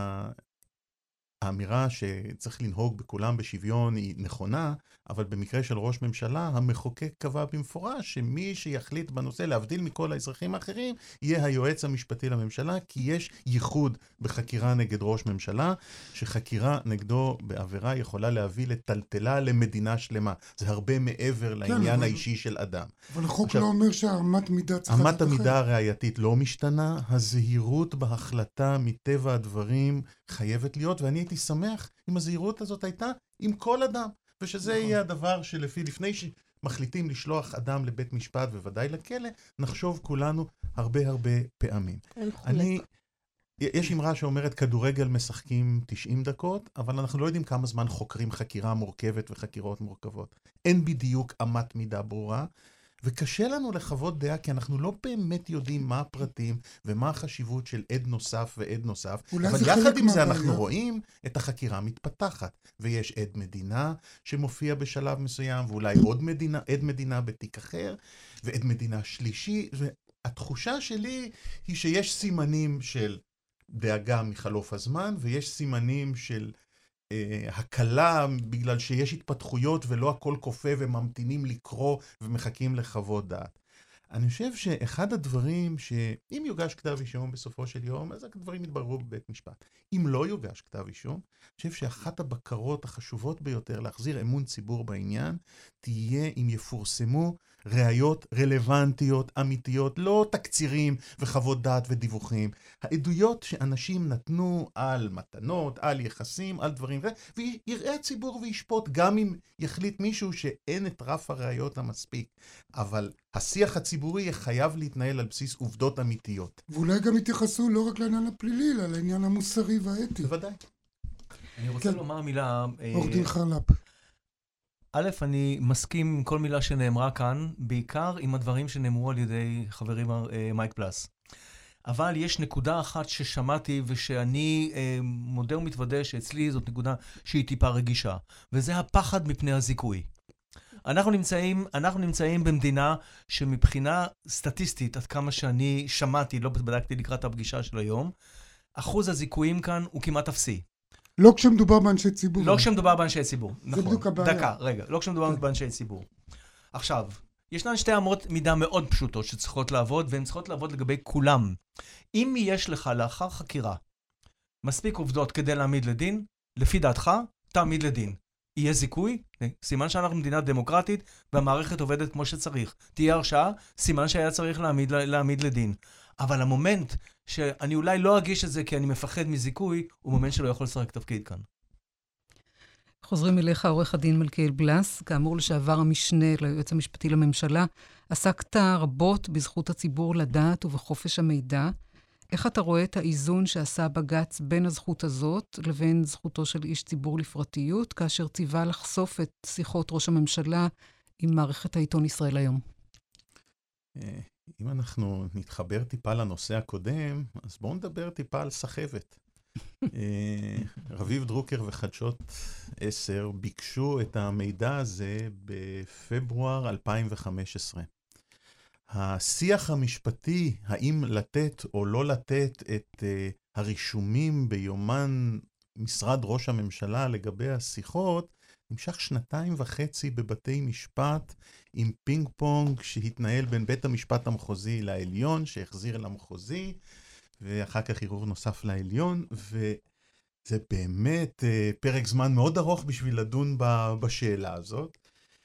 שהאמירה שצריך לנהוג בכולם בשוויון היא נכונה, אבל במקרה של ראש ממשלה, המחוקק קבע במפורש שמי שיחליט בנושא להבדיל מכל האזרחים האחרים, יהיה היועץ המשפטי לממשלה, כי יש ייחוד בחקירה נגד ראש ממשלה, שחקירה נגדו בעבירה יכולה להביא לטלטלה למדינה שלמה. זה הרבה מעבר לעניין כן, האישי של אדם. אבל החוק עכשיו, לא אומר שהאמת מידה צריכה... אמת המידה הראייתית לא משתנה, הזהירות בהחלטה מטבע הדברים חייבת להיות, ואני הייתי שמח אם הזהירות הזאת הייתה עם כל אדם. ושזה יהיה הדבר שלפי, לפני שמחליטים לשלוח אדם לבית משפט וודאי לכלא, נחשוב כולנו הרבה הרבה פעמים. אני, יש אמרה שאומרת, כדורגל משחקים תשעים דקות, אבל אנחנו לא יודעים כמה זמן חוקרים חקירה מורכבת וחקירות מורכבות. אין בדיוק אמת מידה ברורה, וקשה לנו לחוות דעה, כי אנחנו לא באמת יודעים מה הפרטים ומה החשיבות של עד נוסף ועד נוסף. אבל יחד עם זה אנחנו רואים את החקירה מתפתחת. ויש עד מדינה שמופיע בשלב מסוים, ואולי עוד מדינה, עד מדינה בתיק אחר, ועד מדינה שלישי. התחושה שלי היא שיש סימנים של דאגה מחלוף הזמן, ויש סימנים של אה, הקלה בגלל שיש התפתחויות ולא הכל קופה וממתינים לקרוא ומחכים לחוות דעת. אני חושב שאחד הדברים שאם יוגש כתב אישום בסופו של יום, אז הדברים יתבררו בבית משפט. אם לא יוגש כתב אישום, אני חושב שאחת הבקרות החשובות ביותר להחזיר אמון ציבור בעניין, תהיה אם יפורסמו ראיות רלוונטיות, אמיתיות, לא תקצירים וחוות דעת ודיווחים. העדויות שאנשים נתנו על מתנות, על יחסים, על דברים, ויראה הציבור וישפוט, גם אם יחליט מישהו שאין את רף הראיות המספיק. אבל השיח הציבורי חייב להתנהל על בסיס עובדות אמיתיות. ואולי גם התייחסו לא רק לעניין הפלילי, אלא לעניין המוסרי והאתי. בוודאי. אני רוצה לומר מילה... עורך דין חלפ. א', אני מסכים עם כל מילה שנאמרה כאן, בעיקר עם הדברים שנאמרו על ידי חברי מייק פלס. אבל יש נקודה אחת ששמעתי ושאני אה, מודה ומתוודה שאצלי זאת נקודה שהיא טיפה רגישה, וזה הפחד מפני הזיכוי. אנחנו נמצאים, אנחנו נמצאים במדינה שמבחינה סטטיסטית, עד כמה שאני שמעתי, לא בדקתי לקראת הפגישה של היום, אחוז הזיכויים כאן הוא כמעט אפסי. לא כשמדובר באנשי ציבור. לא כשמדובר באנשי ציבור, נכון. זה בדיוק הבעיה. דקה, רגע, לא כשמדובר באנשי ציבור. עכשיו, ישנן שתי אמות מידה מאוד פשוטות שצריכות לעבוד, והן צריכות לעבוד לגבי כולם. אם יש לך לאחר חקירה מספיק עובדות כדי להעמיד לדין, לפי דעתך, תעמיד לדין. יהיה זיכוי, סימן שאנחנו מדינה דמוקרטית, והמערכת עובדת כמו שצריך. תהיה הרשעה, סימן שהיה צריך להעמיד, להעמיד לדין. אבל המומנט שאני אולי לא אגיש את זה כי אני מפחד מזיכוי, הוא מומנט שלא יכול לשחק תפקיד כאן. חוזרים אליך, עורך הדין מלכיאל בלס, כאמור לשעבר המשנה ליועץ המשפטי לממשלה, עסקת רבות בזכות הציבור לדעת ובחופש המידע. איך אתה רואה את האיזון שעשה בג"ץ בין הזכות הזאת לבין זכותו של איש ציבור לפרטיות, כאשר ציווה לחשוף את שיחות ראש הממשלה עם מערכת העיתון ישראל היום? אם אנחנו נתחבר טיפה לנושא הקודם, אז בואו נדבר טיפה על סחבת. רביב דרוקר וחדשות עשר ביקשו את המידע הזה בפברואר אלפיים וחמש עשרה. השיח המשפטי, האם לתת או לא לתת את uh, הרישומים ביומן משרד ראש הממשלה לגבי השיחות, נמשך שנתיים וחצי בבתי משפט עם פינג פונג שהתנהל בין בית המשפט המחוזי לעליון, שהחזיר למחוזי, ואחר כך ערעור נוסף לעליון, וזה באמת uh, פרק זמן מאוד ארוך בשביל לדון ב- בשאלה הזאת.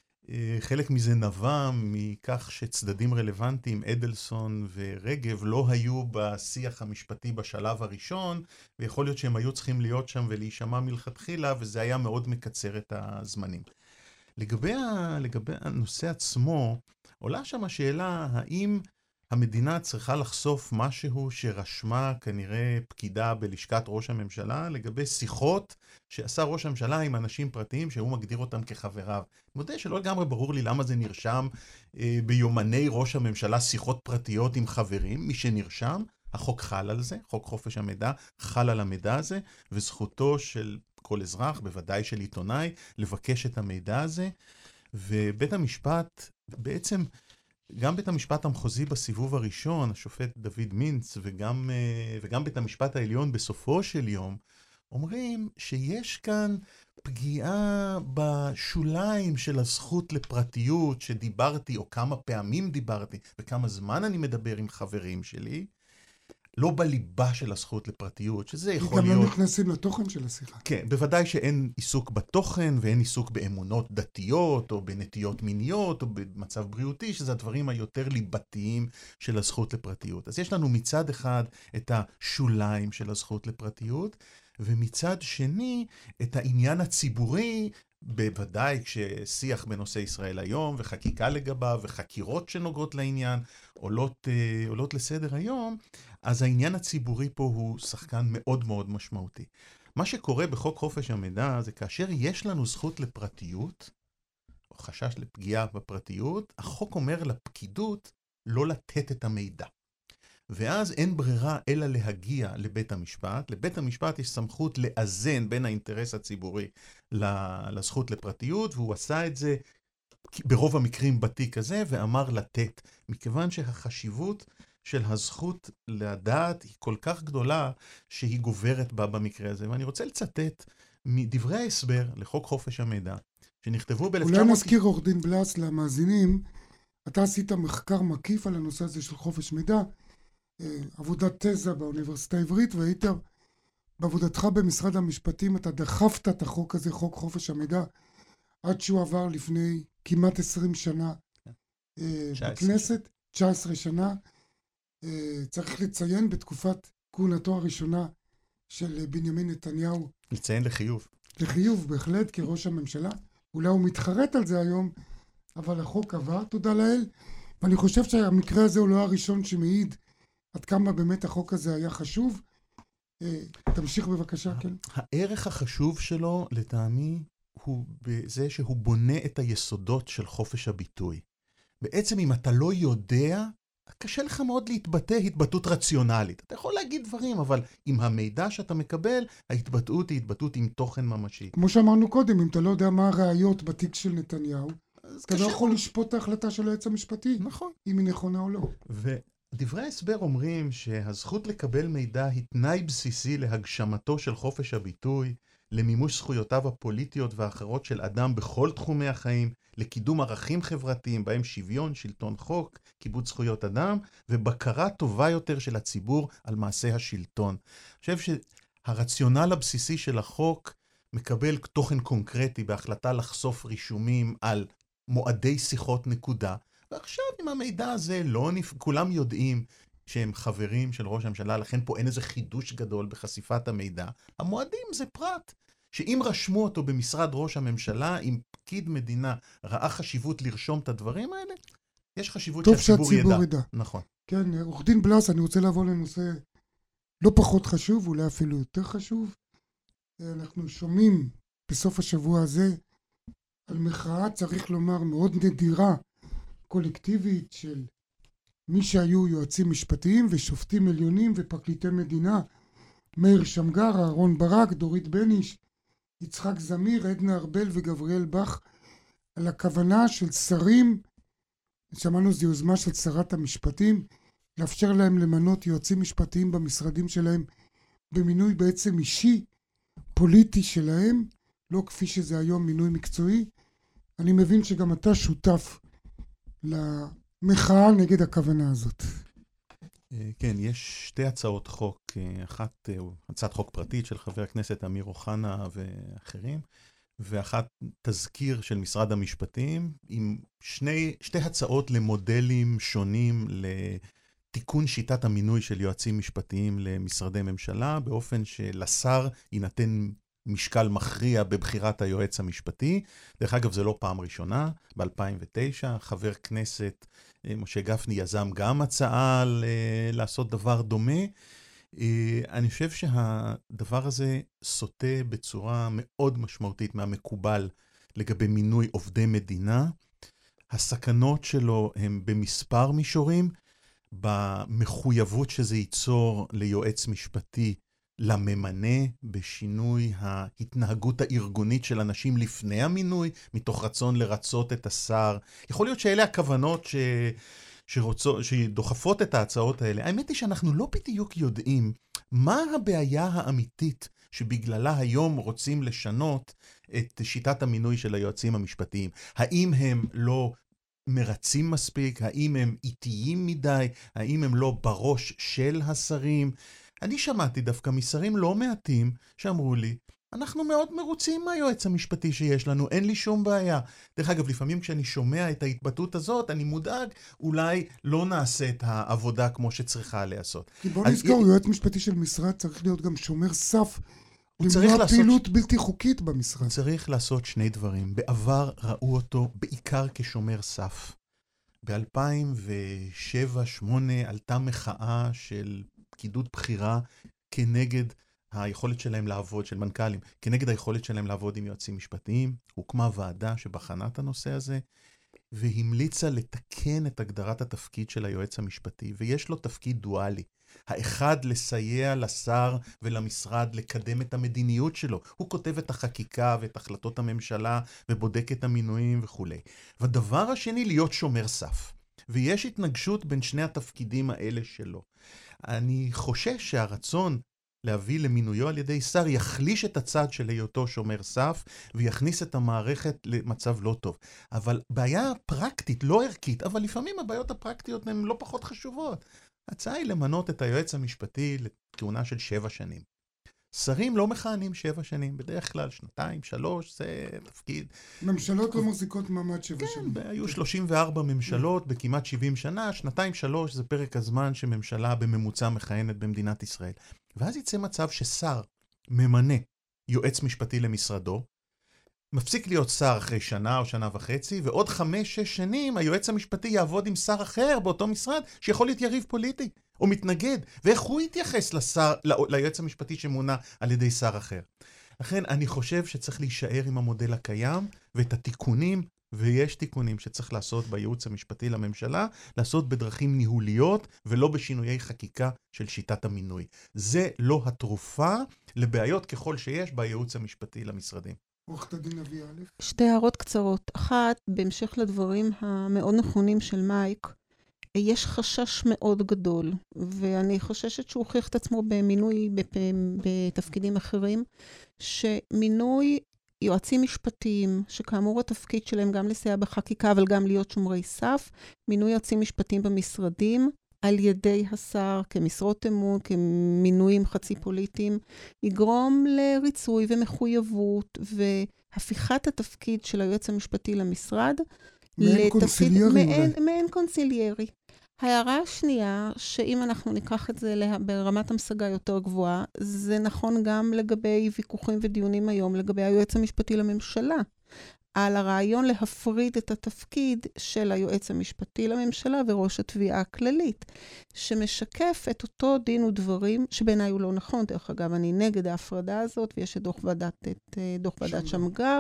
חלק מזה נבע מכך שצדדים רלוונטיים, אדלסון ורגב, לא היו בשיח המשפטי בשלב הראשון, ויכול להיות שהם היו צריכים להיות שם ולהישמע מלכתחילה, וזה היה מאוד מקצר את הזמנים. לגבי, ה... לגבי הנושא עצמו, עולה שם השאלה, האם המדינה צריכה לחשוף משהו שרשמה כנראה פקידה בלשכת ראש הממשלה לגבי שיחות שעשה ראש הממשלה עם אנשים פרטיים שהוא מגדיר אותם כחבריו. מודה שלא לגמרי ברור לי למה זה נרשם אה, ביומני ראש הממשלה שיחות פרטיות עם חברים. מי שנרשם, החוק חל על זה, חוק חופש המידע חל על המידע הזה, וזכותו של כל אזרח, בוודאי של עיתונאי, לבקש את המידע הזה. ובית המשפט בעצם... גם בית המשפט המחוזי בסיבוב הראשון, השופט דוד מינץ, וגם, וגם בית המשפט העליון בסופו של יום, אומרים שיש כאן פגיעה בשוליים של הזכות לפרטיות שדיברתי, או כמה פעמים דיברתי, וכמה זמן אני מדבר עם חברים שלי, לא בליבה של הזכות לפרטיות, שזה יכול להיות... כי גם לא נכנסים לתוכן של השיחה. כן, בוודאי שאין עיסוק בתוכן, ואין עיסוק באמונות דתיות, או בנטיות מיניות, או במצב בריאותי, שזה הדברים היותר ליבתיים של הזכות לפרטיות. אז יש לנו מצד אחד את השוליים של הזכות לפרטיות, ומצד שני את העניין הציבורי, בוודאי כששיח בנושא ישראל היום, וחקיקה לגביו, וחקירות שנוגעות לעניין, עולות, עולות לסדר היום, אז העניין הציבורי פה הוא שחקן מאוד מאוד משמעותי. מה שקורה בחוק חופש המידע זה כאשר יש לנו זכות לפרטיות, או חשש לפגיעה בפרטיות, החוק אומר לפקידות לא לתת את המידע. ואז אין ברירה אלא להגיע לבית המשפט. לבית המשפט יש סמכות לאזן בין האינטרס הציבורי לזכות לפרטיות, והוא עשה את זה ברוב המקרים בתיק הזה, ואמר לתת, מכיוון שהחשיבות של הזכות לדעת היא כל כך גדולה, שהיא גוברת בה במקרה הזה. ואני רוצה לצטט מדברי ההסבר לחוק חופש המידע, שנכתבו ב-אלף תשע מאות... אולי נזכיר עורך דין בלס למאזינים, אתה עשית מחקר מקיף על הנושא הזה של חופש מידע, עבודת תזה באוניברסיטה העברית, והיית בעבודתך במשרד המשפטים, אתה דחפת את החוק הזה, חוק חופש המידע, עד שהוא עבר לפני כמעט עשרים שנה בכנסת, תשע עשרה שנה. צריך לציין בתקופת כהונתו הראשונה של בנימין נתניהו. לציין לחיוב. לחיוב, בהחלט, כראש הממשלה. אולי הוא מתחרט על זה היום, אבל החוק עבר, תודה לאל. ואני חושב שהמקרה הזה הוא לא הראשון שמעיד עד כמה באמת החוק הזה היה חשוב. תמשיך בבקשה, כן. הערך החשוב שלו, לטעמי, הוא בזה שהוא בונה את היסודות של חופש הביטוי. בעצם אם אתה לא יודע, קשה לך מאוד להתבטא התבטאות רציונלית. אתה יכול להגיד דברים, אבל עם המידע שאתה מקבל, ההתבטאות היא התבטאות עם תוכן ממשי. כמו שאמרנו קודם, אם אתה לא יודע מה הראיות בתיק של נתניהו, אתה לא יכול לשפוט את ההחלטה של היועץ המשפטי. נכון. אם היא נכונה או לא. ודברי ההסבר אומרים שהזכות לקבל מידע היא תנאי בסיסי להגשמתו של חופש הביטוי, למימוש זכויותיו הפוליטיות ואחרות של אדם בכל תחומי החיים, לקידום ערכים חברתיים בהם שוויון, שלטון חוק, כיבוד זכויות אדם, ובקרה טובה יותר של הציבור על מעשה השלטון. אני חושב שהרציונל הבסיסי של החוק מקבל תוכן קונקרטי בהחלטה לחשוף רישומים על מועדי שיחות נקודה, ועכשיו עם המידע הזה לא נפ... כולם יודעים שהם חברים של ראש הממשלה, לכן פה אין איזה חידוש גדול בחשיפת המידע. המועדים זה פרט, שאם רשמו אותו במשרד ראש הממשלה, אם פקיד מדינה ראה חשיבות לרשום את הדברים האלה, יש חשיבות שהציבור ידע. ידע. נכון. כן, עורך דין בלס, אני רוצה לעבור לנושא לא פחות חשוב, אולי אפילו יותר חשוב. אנחנו שומעים בסוף השבוע הזה על מחאה, צריך לומר, מאוד נדירה, קולקטיבית של מי שהיו יועצים משפטיים ושופטים עליונים ופרקליטי מדינה, מאיר שמגר, אהרון ברק, דורית בניש, יצחק זמיר, עדנה ארבל וגבריאל בח, על הכוונה של שרים, שמענו זו יוזמה של שרת המשפטים, לאפשר להם למנות יועצים משפטיים במשרדים שלהם, במינוי בעצם אישי, פוליטי שלהם, לא כפי שזה היום מינוי מקצועי. אני מבין שגם אתה שותף למחאה נגד הכוונה הזאת. כן, יש שתי הצעות חוק, אחת הצעת חוק פרטית של חבר הכנסת אמיר אוחנה ואחרים, ואחת תזכיר של משרד המשפטים, עם שני, שתי הצעות למודלים שונים לתיקון שיטת המינוי של יועצים משפטיים למשרדי ממשלה, באופן שלשר יינתן משקל מכריע בבחירת היועץ המשפטי. דרך אגב, זה לא פעם ראשונה. ב-אלפיים ותשע, חבר כנסת משה גפני יזם גם הצעה ל- לעשות דבר דומה. אני חושב שהדבר הזה סוטה בצורה מאוד משמעותית מהמקובל לגבי מינוי עובדי מדינה. הסכנות שלו הם במספר מישורים, במחויבות שזה ייצור ליועץ משפטי לממנה, בשינוי ההתנהגות הארגונית של אנשים לפני המינוי, מתוך רצון לרצות את השר. יכול להיות שאלה הכוונות ש... שרוצו... שדוחפות את ההצעות האלה. האמת היא שאנחנו לא בדיוק יודעים מה הבעיה האמיתית שבגללה היום רוצים לשנות את שיטת המינוי של היועצים המשפטיים. האם הם לא מרצים מספיק? האם הם איטיים מדי? האם הם לא בראש של השרים? אני שמעתי דווקא משרים לא מעטים שאמרו לי, אנחנו מאוד מרוצים מהיועץ המשפטי שיש לנו, אין לי שום בעיה. דרך אגב, לפעמים כשאני שומע את ההתבטאות הזאת, אני מודאג, אולי לא נעשה את העבודה כמו שצריכה לעשות. כי בוא נזכור, יועץ משפטי של משרד צריך להיות גם שומר סף, למנוע פעילות בלתי חוקית במשרד. צריך לעשות שני דברים. בעבר ראו אותו בעיקר כשומר סף. ב-אלפיים ושבע שמונה עלתה מחאה של פקידות בחירה כנגד היכולת שלהם לעבוד, של מנכ"לים, כנגד היכולת שלהם לעבוד עם יועצים משפטיים. הוקמה ועדה שבחנה את הנושא הזה, והמליצה לתקן את הגדרת התפקיד של היועץ המשפטי, ויש לו תפקיד דואלי. האחד, לסייע לשר ולמשרד לקדם את המדיניות שלו. הוא כותב את החקיקה ואת החלטות הממשלה ובודק את המינויים וכו'. והדבר השני, להיות שומר סף. ויש התנגשות בין שני התפקידים האלה שלו. אני חושש שהרצון להביא למינויו על ידי שר יחליש את הצד של היותו שומר סף ויכניס את המערכת למצב לא טוב. אבל בעיה פרקטית, לא ערכית, אבל לפעמים הבעיות הפרקטיות הן לא פחות חשובות. ההצעה היא למנות את היועץ המשפטי לכהונה של שבע שנים. שרים לא מכהנים שבע שנים, בדרך כלל שנתיים, שלוש, זה תפקיד. ממשלות לא מחזיקות מעמד שבע שנים. כן, היו שלושים וארבע ממשלות בכמעט שבעים שנה, שנתיים, שלוש, זה פרק הזמן שממשלה בממוצע מכהנת במדינת ישראל. ואז יצא מצב ששר ממנה יועץ משפטי למשרדו, מפסיק להיות שר אחרי שנה או שנה וחצי, ועוד חמש, שש שנים היועץ המשפטי יעבוד עם שר אחר באותו משרד, שיכול להיות יריב פוליטי או מתנגד, ואיך הוא יתייחס לשר, ליועץ המשפטי שמונה על ידי שר אחר. לכן אני חושב שצריך להישאר עם המודל הקיים, ואת התיקונים, ויש תיקונים שצריך לעשות בייעוץ המשפטי לממשלה, לעשות בדרכים ניהוליות, ולא בשינויי חקיקה של שיטת המינוי. זה לא התרופה לבעיות ככל שיש בייעוץ המשפטי למשרדים. עורכת הדין אבי א'. שתי הערות קצרות. אחת, בהמשך לדברים המאוד נכונים של מייק, יש חשש מאוד גדול, ואני חוששת שהוא הוכיח את עצמו במינוי בתפקידים אחרים, שמינוי יועצים משפטיים, שכאמור התפקיד שלהם גם לסייע בחקיקה, אבל גם להיות שומרי סף, מינוי יועצים משפטיים במשרדים, על ידי השר כמשרות אמון, כמינויים חצי פוליטיים, יגרום לריצוי ומחויבות, והפיכת התפקיד של היועץ המשפטי למשרד, מעין קונסיליירי. מעין קונסיליירי. ההערה השנייה, שאם אנחנו ניקח את זה ברמת המשגה יותר גבוהה, זה נכון גם לגבי ויכוחים ודיונים היום, לגבי היועץ המשפטי לממשלה, על הרעיון להפריד את התפקיד של היועץ המשפטי לממשלה וראש התביעה הכללית, שמשקף את אותו דין ודברים, שבעיניי הוא לא נכון, דרך אגב, אני נגד ההפרדה הזאת, ויש את דוח ועדת, את דוח ועדת שמגר,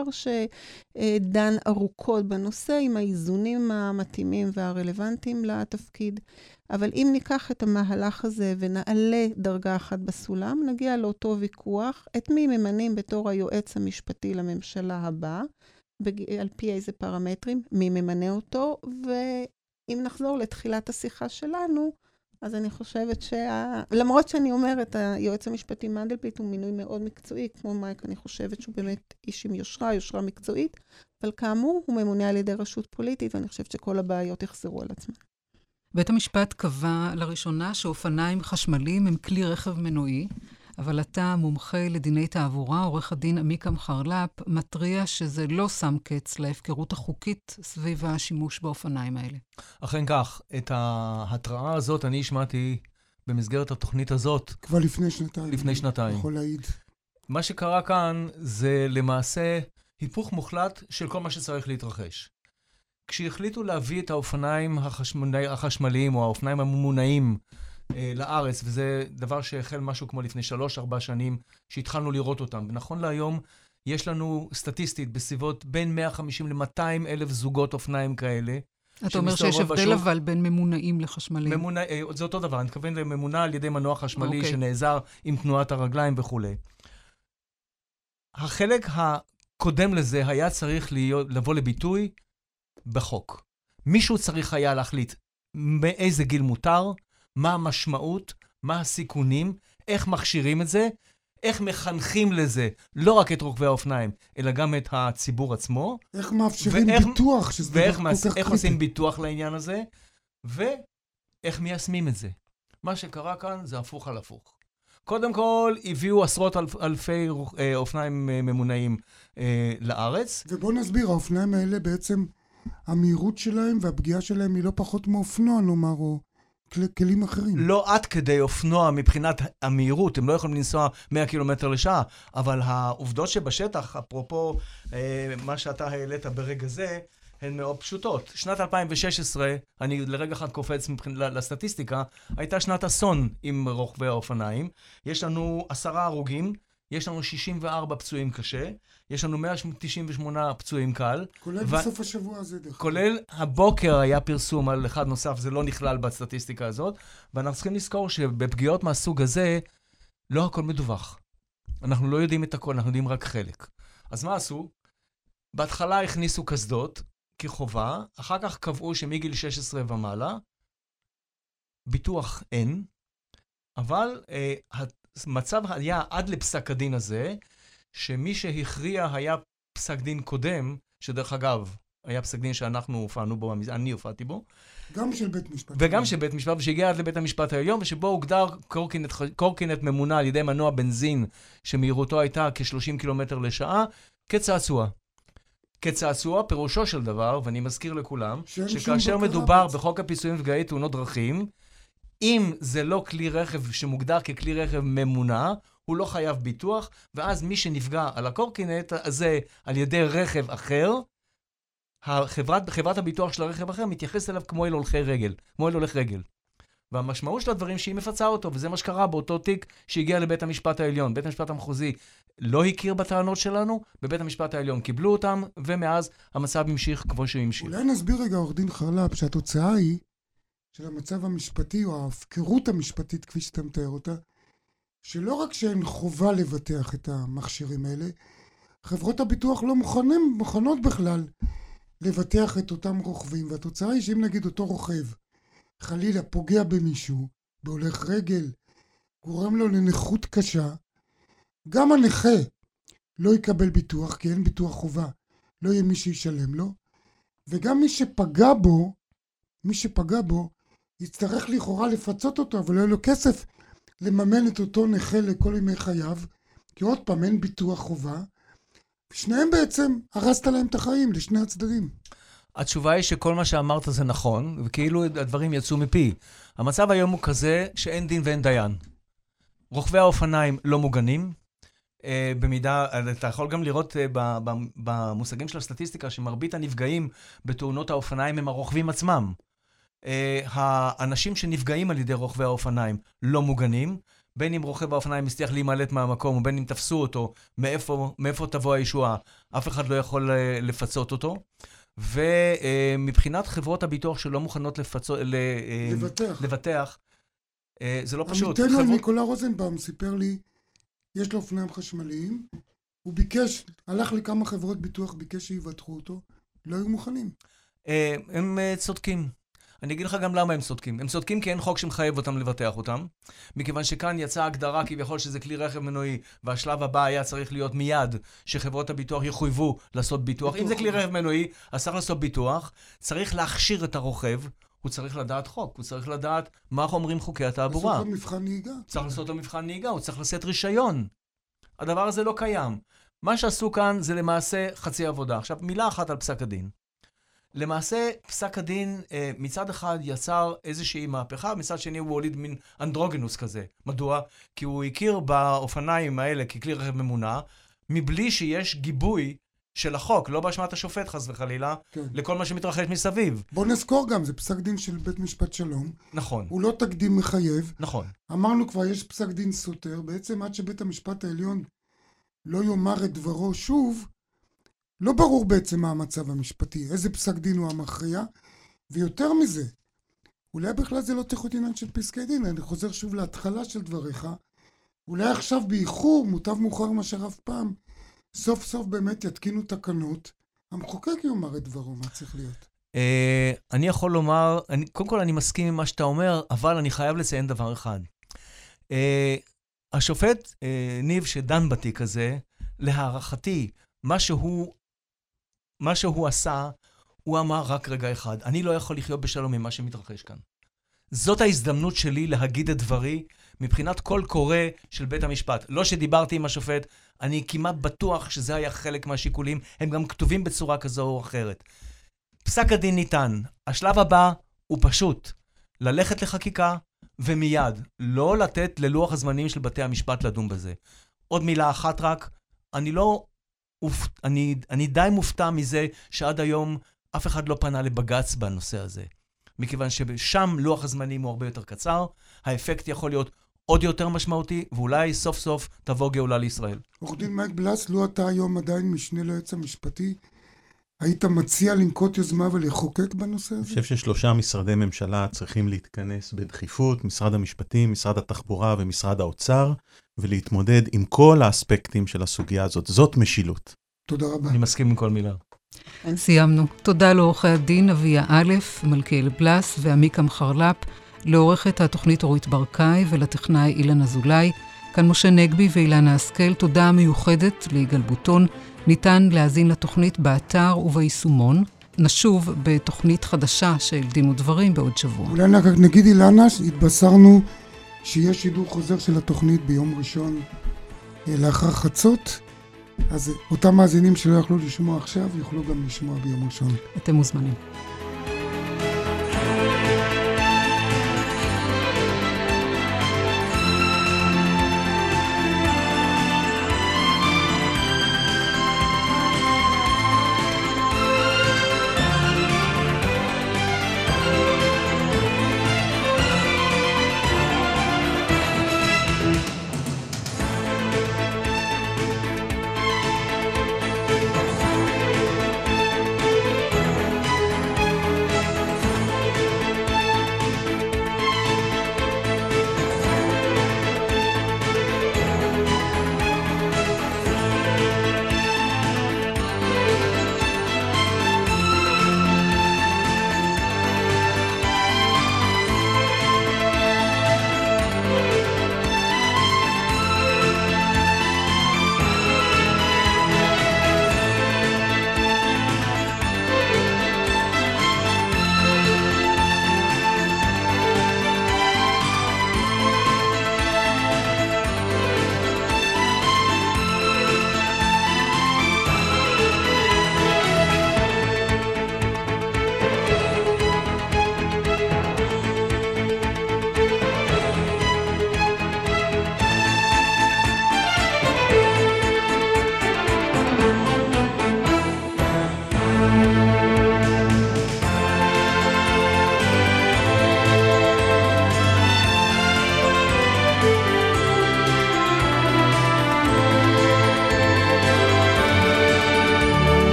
שדן ארוכות בנושא, עם האיזונים המתאימים והרלוונטיים לתפקיד. אבל אם ניקח את המהלך הזה ונעלה דרגה אחת בסולם, נגיע לאותו ויכוח, את מי ממנים בתור היועץ המשפטי לממשלה הבא, על פי איזה פרמטרים, מי ממנה אותו, ואם נחזור לתחילת השיחה שלנו, אז אני חושבת שה... למרות שאני אומרת, היועץ המשפטי מנדלבליט הוא מינוי מאוד מקצועי, כמו מייק, אני חושבת שהוא באמת איש עם יושרה, יושרה מקצועית, אבל כאמור, הוא ממונה על ידי רשות פוליטית, ואני חושבת שכל הבעיות יחזרו על עצמן. בית המשפט קבע לראשונה שאופניים חשמליים הם כלי רכב מנועי, אבל אתה, מומחה לדיני תעבורה, עורך הדין עמיקם חרל"פ, מטריע שזה לא שם קץ להפקרות החוקית סביב השימוש באופניים האלה. אכן כך, את ההתראה הזאת אני השמעתי במסגרת התוכנית הזאת. כבר לפני שנתיים. לפני שנתיים. יכול להעיד. מה שקרה כאן זה למעשה היפוך מוחלט של כל מה שצריך להתרחש. כשהחליטו להביא את האופניים החשמלי, החשמליים או האופניים הממונעים לארץ, וזה דבר שהחל משהו כמו לפני שלוש, ארבע שנים, שהתחלנו לראות אותם. ונכון להיום, יש לנו סטטיסטית בסביבות בין מאה וחמישים ל-מאתיים אלף זוגות אופניים כאלה. אתה אומר שיש הבדל אבל בין ממונעים לחשמליים. ממונע, זה אותו דבר, אני מתכוון לממונע על ידי מנוע חשמלי okay. שנעזר עם תנועת הרגליים וכו'. החלק הקודם לזה היה צריך להיות, לבוא לביטוי בחוק. מישהו צריך היה להחליט מאיזה גיל מותר, מה המשמעות, מה הסיכונים, איך מכשירים את זה, איך מחנכים לזה, לא רק את רוכבי האופניים, אלא גם את הציבור עצמו. איך מאפשרים ואיך, ביטוח, שזה דבר כל כך קריטי. איך עושים ביטוח לעניין הזה, ואיך מיישמים את זה. מה שקרה כאן זה הפוך על הפוך. קודם כל, הביאו עשרות אלפ, אלפי אה, אופניים ממונעים אה, לארץ. ובואו נסביר, האופניים האלה בעצם, המהירות שלהם והפגיעה שלהם היא לא פחות מאופנוע, נאמר, או כלים אחרים. לא עד כדי אופנוע מבחינת המהירות, הם לא יכולים לנסוע מאה קילומטר לשעה, אבל העובדות שבשטח, אפרופו אה, מה שאתה העלית ברגע זה, הן מאוד פשוטות. שנת אלפיים ושש עשרה, אני לרגע אחד קופץ מבחינת לסטטיסטיקה, הייתה שנת אסון עם רוכבי האופניים. יש לנו עשרה הרוגים, יש לנו שישים וארבע פצועים קשה, יש לנו מאה תשעים ושמונה פצועים קל. כולל ו... בסוף השבוע הזה דרך. כולל הבוקר היה פרסום על אחד נוסף, זה לא נכלל בסטטיסטיקה הזאת, ואנחנו צריכים לזכור שבפגיעות מהסוג הזה, לא הכל מדווח. אנחנו לא יודעים את הכל, אנחנו יודעים רק חלק. אז מה עשו? בהתחלה הכניסו קסדות כחובה, אחר כך קבעו שמגיל שש עשרה ומעלה, ביטוח אין, אבל אה, המצב היה עד לפסק הדין הזה, שמי שהכריע היה פסק דין קודם, שדרך אגב, היה פסק דין שאנחנו הופענו בו, אני הופעתי בו. גם של בית משפט. וגם של בית משפט, ושהגיע עד לבית המשפט העליון, ושבו הוגדר קורקינט, קורקינט ממונה על ידי מנוע בנזין, שמהירותו הייתה כ-שלושים קילומטר לשעה, כצעצוע. כצעצוע, פירושו של דבר, ואני מזכיר לכולם, שכאשר מדובר בחוק הפיצויים ופגעי תאונות דרכים, אם זה לא כלי רכב שמוגדר ככלי רכב ממונע, הוא לא חייב ביטוח, ואז מי שנפגע על הקורקינט הזה על ידי רכב אחר, החברת, חברת הביטוח של הרכב אחר מתייחס אליו כמו אל הולכי רגל, כמו אל הולך רגל. והמשמעות של הדברים שהיא מפצה אותו, וזה מה שקרה באותו תיק שהגיע לבית המשפט העליון. בית המשפט המחוזי לא הכיר בטענות שלנו, בבית המשפט העליון קיבלו אותם, ומאז המצב המשיך כמו שהוא המשיך. אולי נסביר רגע, עורך דין חרל"פ, שהתוצאה היא של המצב המשפטי, או ההפקרות המשפטית, כפי שאתה מתאר אותה, שלא רק שאין חובה לבטח את המכשירים האלה, חברות הביטוח לא מוכנים, מוכנות בכלל לבטח את אותם רוכבים, והתוצאה היא שאם נגיד אותו רוכב, חלילה פוגע במישהו, בהולך רגל, גורם לו לנכות קשה, גם הנכה לא יקבל ביטוח, כי אין ביטוח חובה, לא יהיה מי שישלם לו, וגם מי שפגע בו, מי שפגע בו, יצטרך לכאורה לפצות אותו, אבל לא יהיה לו כסף לממן את אותו נכה לכל ימי חייו, כי עוד פעם אין ביטוח חובה, ושניהם בעצם הרסת להם את החיים, לשני הצדדים. התשובה היא שכל מה שאמרת זה נכון, וכאילו הדברים יצאו מפי. המצב היום הוא כזה שאין דין ואין דיין. רוכבי האופניים לא מוגנים, אה, במידה, אתה יכול גם לראות אה, במושגים של הסטטיסטיקה, שמרבית הנפגעים בתאונות האופניים הם הרוכבים עצמם. אה, האנשים שנפגעים על ידי רוכבי האופניים לא מוגנים, בין אם רוכב האופניים מצליח להימלט מהמקום, או בין אם תפסו אותו, מאיפה, מאיפה תבוא הישועה, אף אחד לא יכול אה, לפצות אותו. ומבחינת חברות הביטוח שלא מוכנות לפצות, לבטח, לבטח זה לא פשוט. עמיתנו חברות... ניקולה רוזנבאום סיפר לי, יש לו אופניים חשמליים, הוא ביקש, הלך לכמה חברות ביטוח, ביקש שיבטחו אותו, לא היו מוכנים. הם צודקים. אני אגיד לך גם למה הם צודקים. הם צודקים כי אין חוק שמחייב אותם לבטח אותם, מכיוון שכאן יצאה הגדרה כביכול שזה כלי רכב מנועי, והשלב הבא היה צריך להיות מיד שחברות הביטוח יחויבו לעשות ביטוח. ביטוח. אם זה כלי רכב מנועי, אז צריך לעשות ביטוח, צריך להכשיר את הרוכב, הוא צריך לדעת חוק, הוא צריך לדעת מה אומרים חוקי התעבורה. לעשות לו מבחן נהיגה. צריך לעשות לו מבחן נהיגה, הוא צריך לשאת רישיון. הדבר הזה לא קיים. מה שעשו כאן זה למעשה חצי עבודה. עכשיו, מילה אחת על פסק הדין. למעשה, פסק הדין מצד אחד יצר איזושהי מהפכה, מצד שני הוא הוליד מין אנדרוגינוס כזה. מדוע? כי הוא הכיר באופניים האלה ככלי רכב ממונע, מבלי שיש גיבוי של החוק, לא באשמת השופט חס וחלילה, כן. לכל מה שמתרחש מסביב. בוא נזכור גם, זה פסק דין של בית משפט שלום. נכון. הוא לא תקדים מחייב. נכון. אמרנו כבר, יש פסק דין סותר, בעצם עד שבית המשפט העליון לא יאמר את דברו שוב, לא ברור בעצם מה המצב המשפטי, איזה פסק דין הוא המכריע, ויותר מזה, אולי בכלל זה לא תיכות עניין של פסקי דין, אני חוזר שוב להתחלה של דבריך, אולי עכשיו באיחור, מוטב מאוחר מאשר אף פעם, סוף סוף באמת יתקינו תקנות, המחוקק יאמר את דברו, מה צריך להיות? אני יכול לומר, קודם כל אני מסכים עם מה שאתה אומר, אבל אני חייב לציין דבר אחד. השופט ניב שדן בתיק הזה, להערכתי, מה שהוא מה שהוא עשה, הוא אמר רק רגע אחד, אני לא יכול לחיות בשלום ממה שמתרחש כאן. זאת ההזדמנות שלי להגיד את דברי מבחינת כל קורא של בית המשפט. לא שדיברתי עם השופט, אני כמעט בטוח שזה היה חלק מהשיקולים, הם גם כתובים בצורה כזו או אחרת. פסק הדין ניתן, השלב הבא הוא פשוט, ללכת לחקיקה ומיד, לא לתת ללוח הזמנים של בתי המשפט לדון בזה. עוד מילה אחת רק, אני לא... אני, אני די מופתע מזה שעד היום אף אחד לא פנה לבגץ בנושא הזה. מכיוון ששם לוח הזמנים הוא הרבה יותר קצר, האפקט יכול להיות עוד יותר משמעותי, ואולי סוף סוף תבוא גאולה לישראל. עורך דין מייק בלס, לא אתה היום עדיין משנה ליועץ המשפטי, היית מציע לנקוט יוזמה ולחוקק בנושא הזה? אני חושב ששלושה משרדי ממשלה צריכים להתכנס בדחיפות, משרד המשפטים, משרד התחבורה ומשרד האוצר, ולהתמודד עם כל האספקטים של הסוגיה הזאת. זאת משילות. תודה רבה. אני מסכים עם כל מילה. סיימנו. תודה לעורכי הדין אביה א', מלכיאל בלס ועמיקה מחרלפ, לעורכת התוכנית אורית ברקאי ולטכנאי אילן אזולאי. כאן משה נגבי ואילנה השכל. תודה מיוחדת ליגאל בוטון. ניתן להאזין לתוכנית באתר וביישומון. נשוב בתוכנית חדשה של דין ודברים בעוד שבוע. אולי נגיד אילנה, התבשרנו שיש שידור חוזר של התוכנית ביום ראשון לאחר חצות, אז אותם מאזינים שלא יכלו לשמוע עכשיו יוכלו גם לשמוע ביום ראשון. אתם מוזמנים.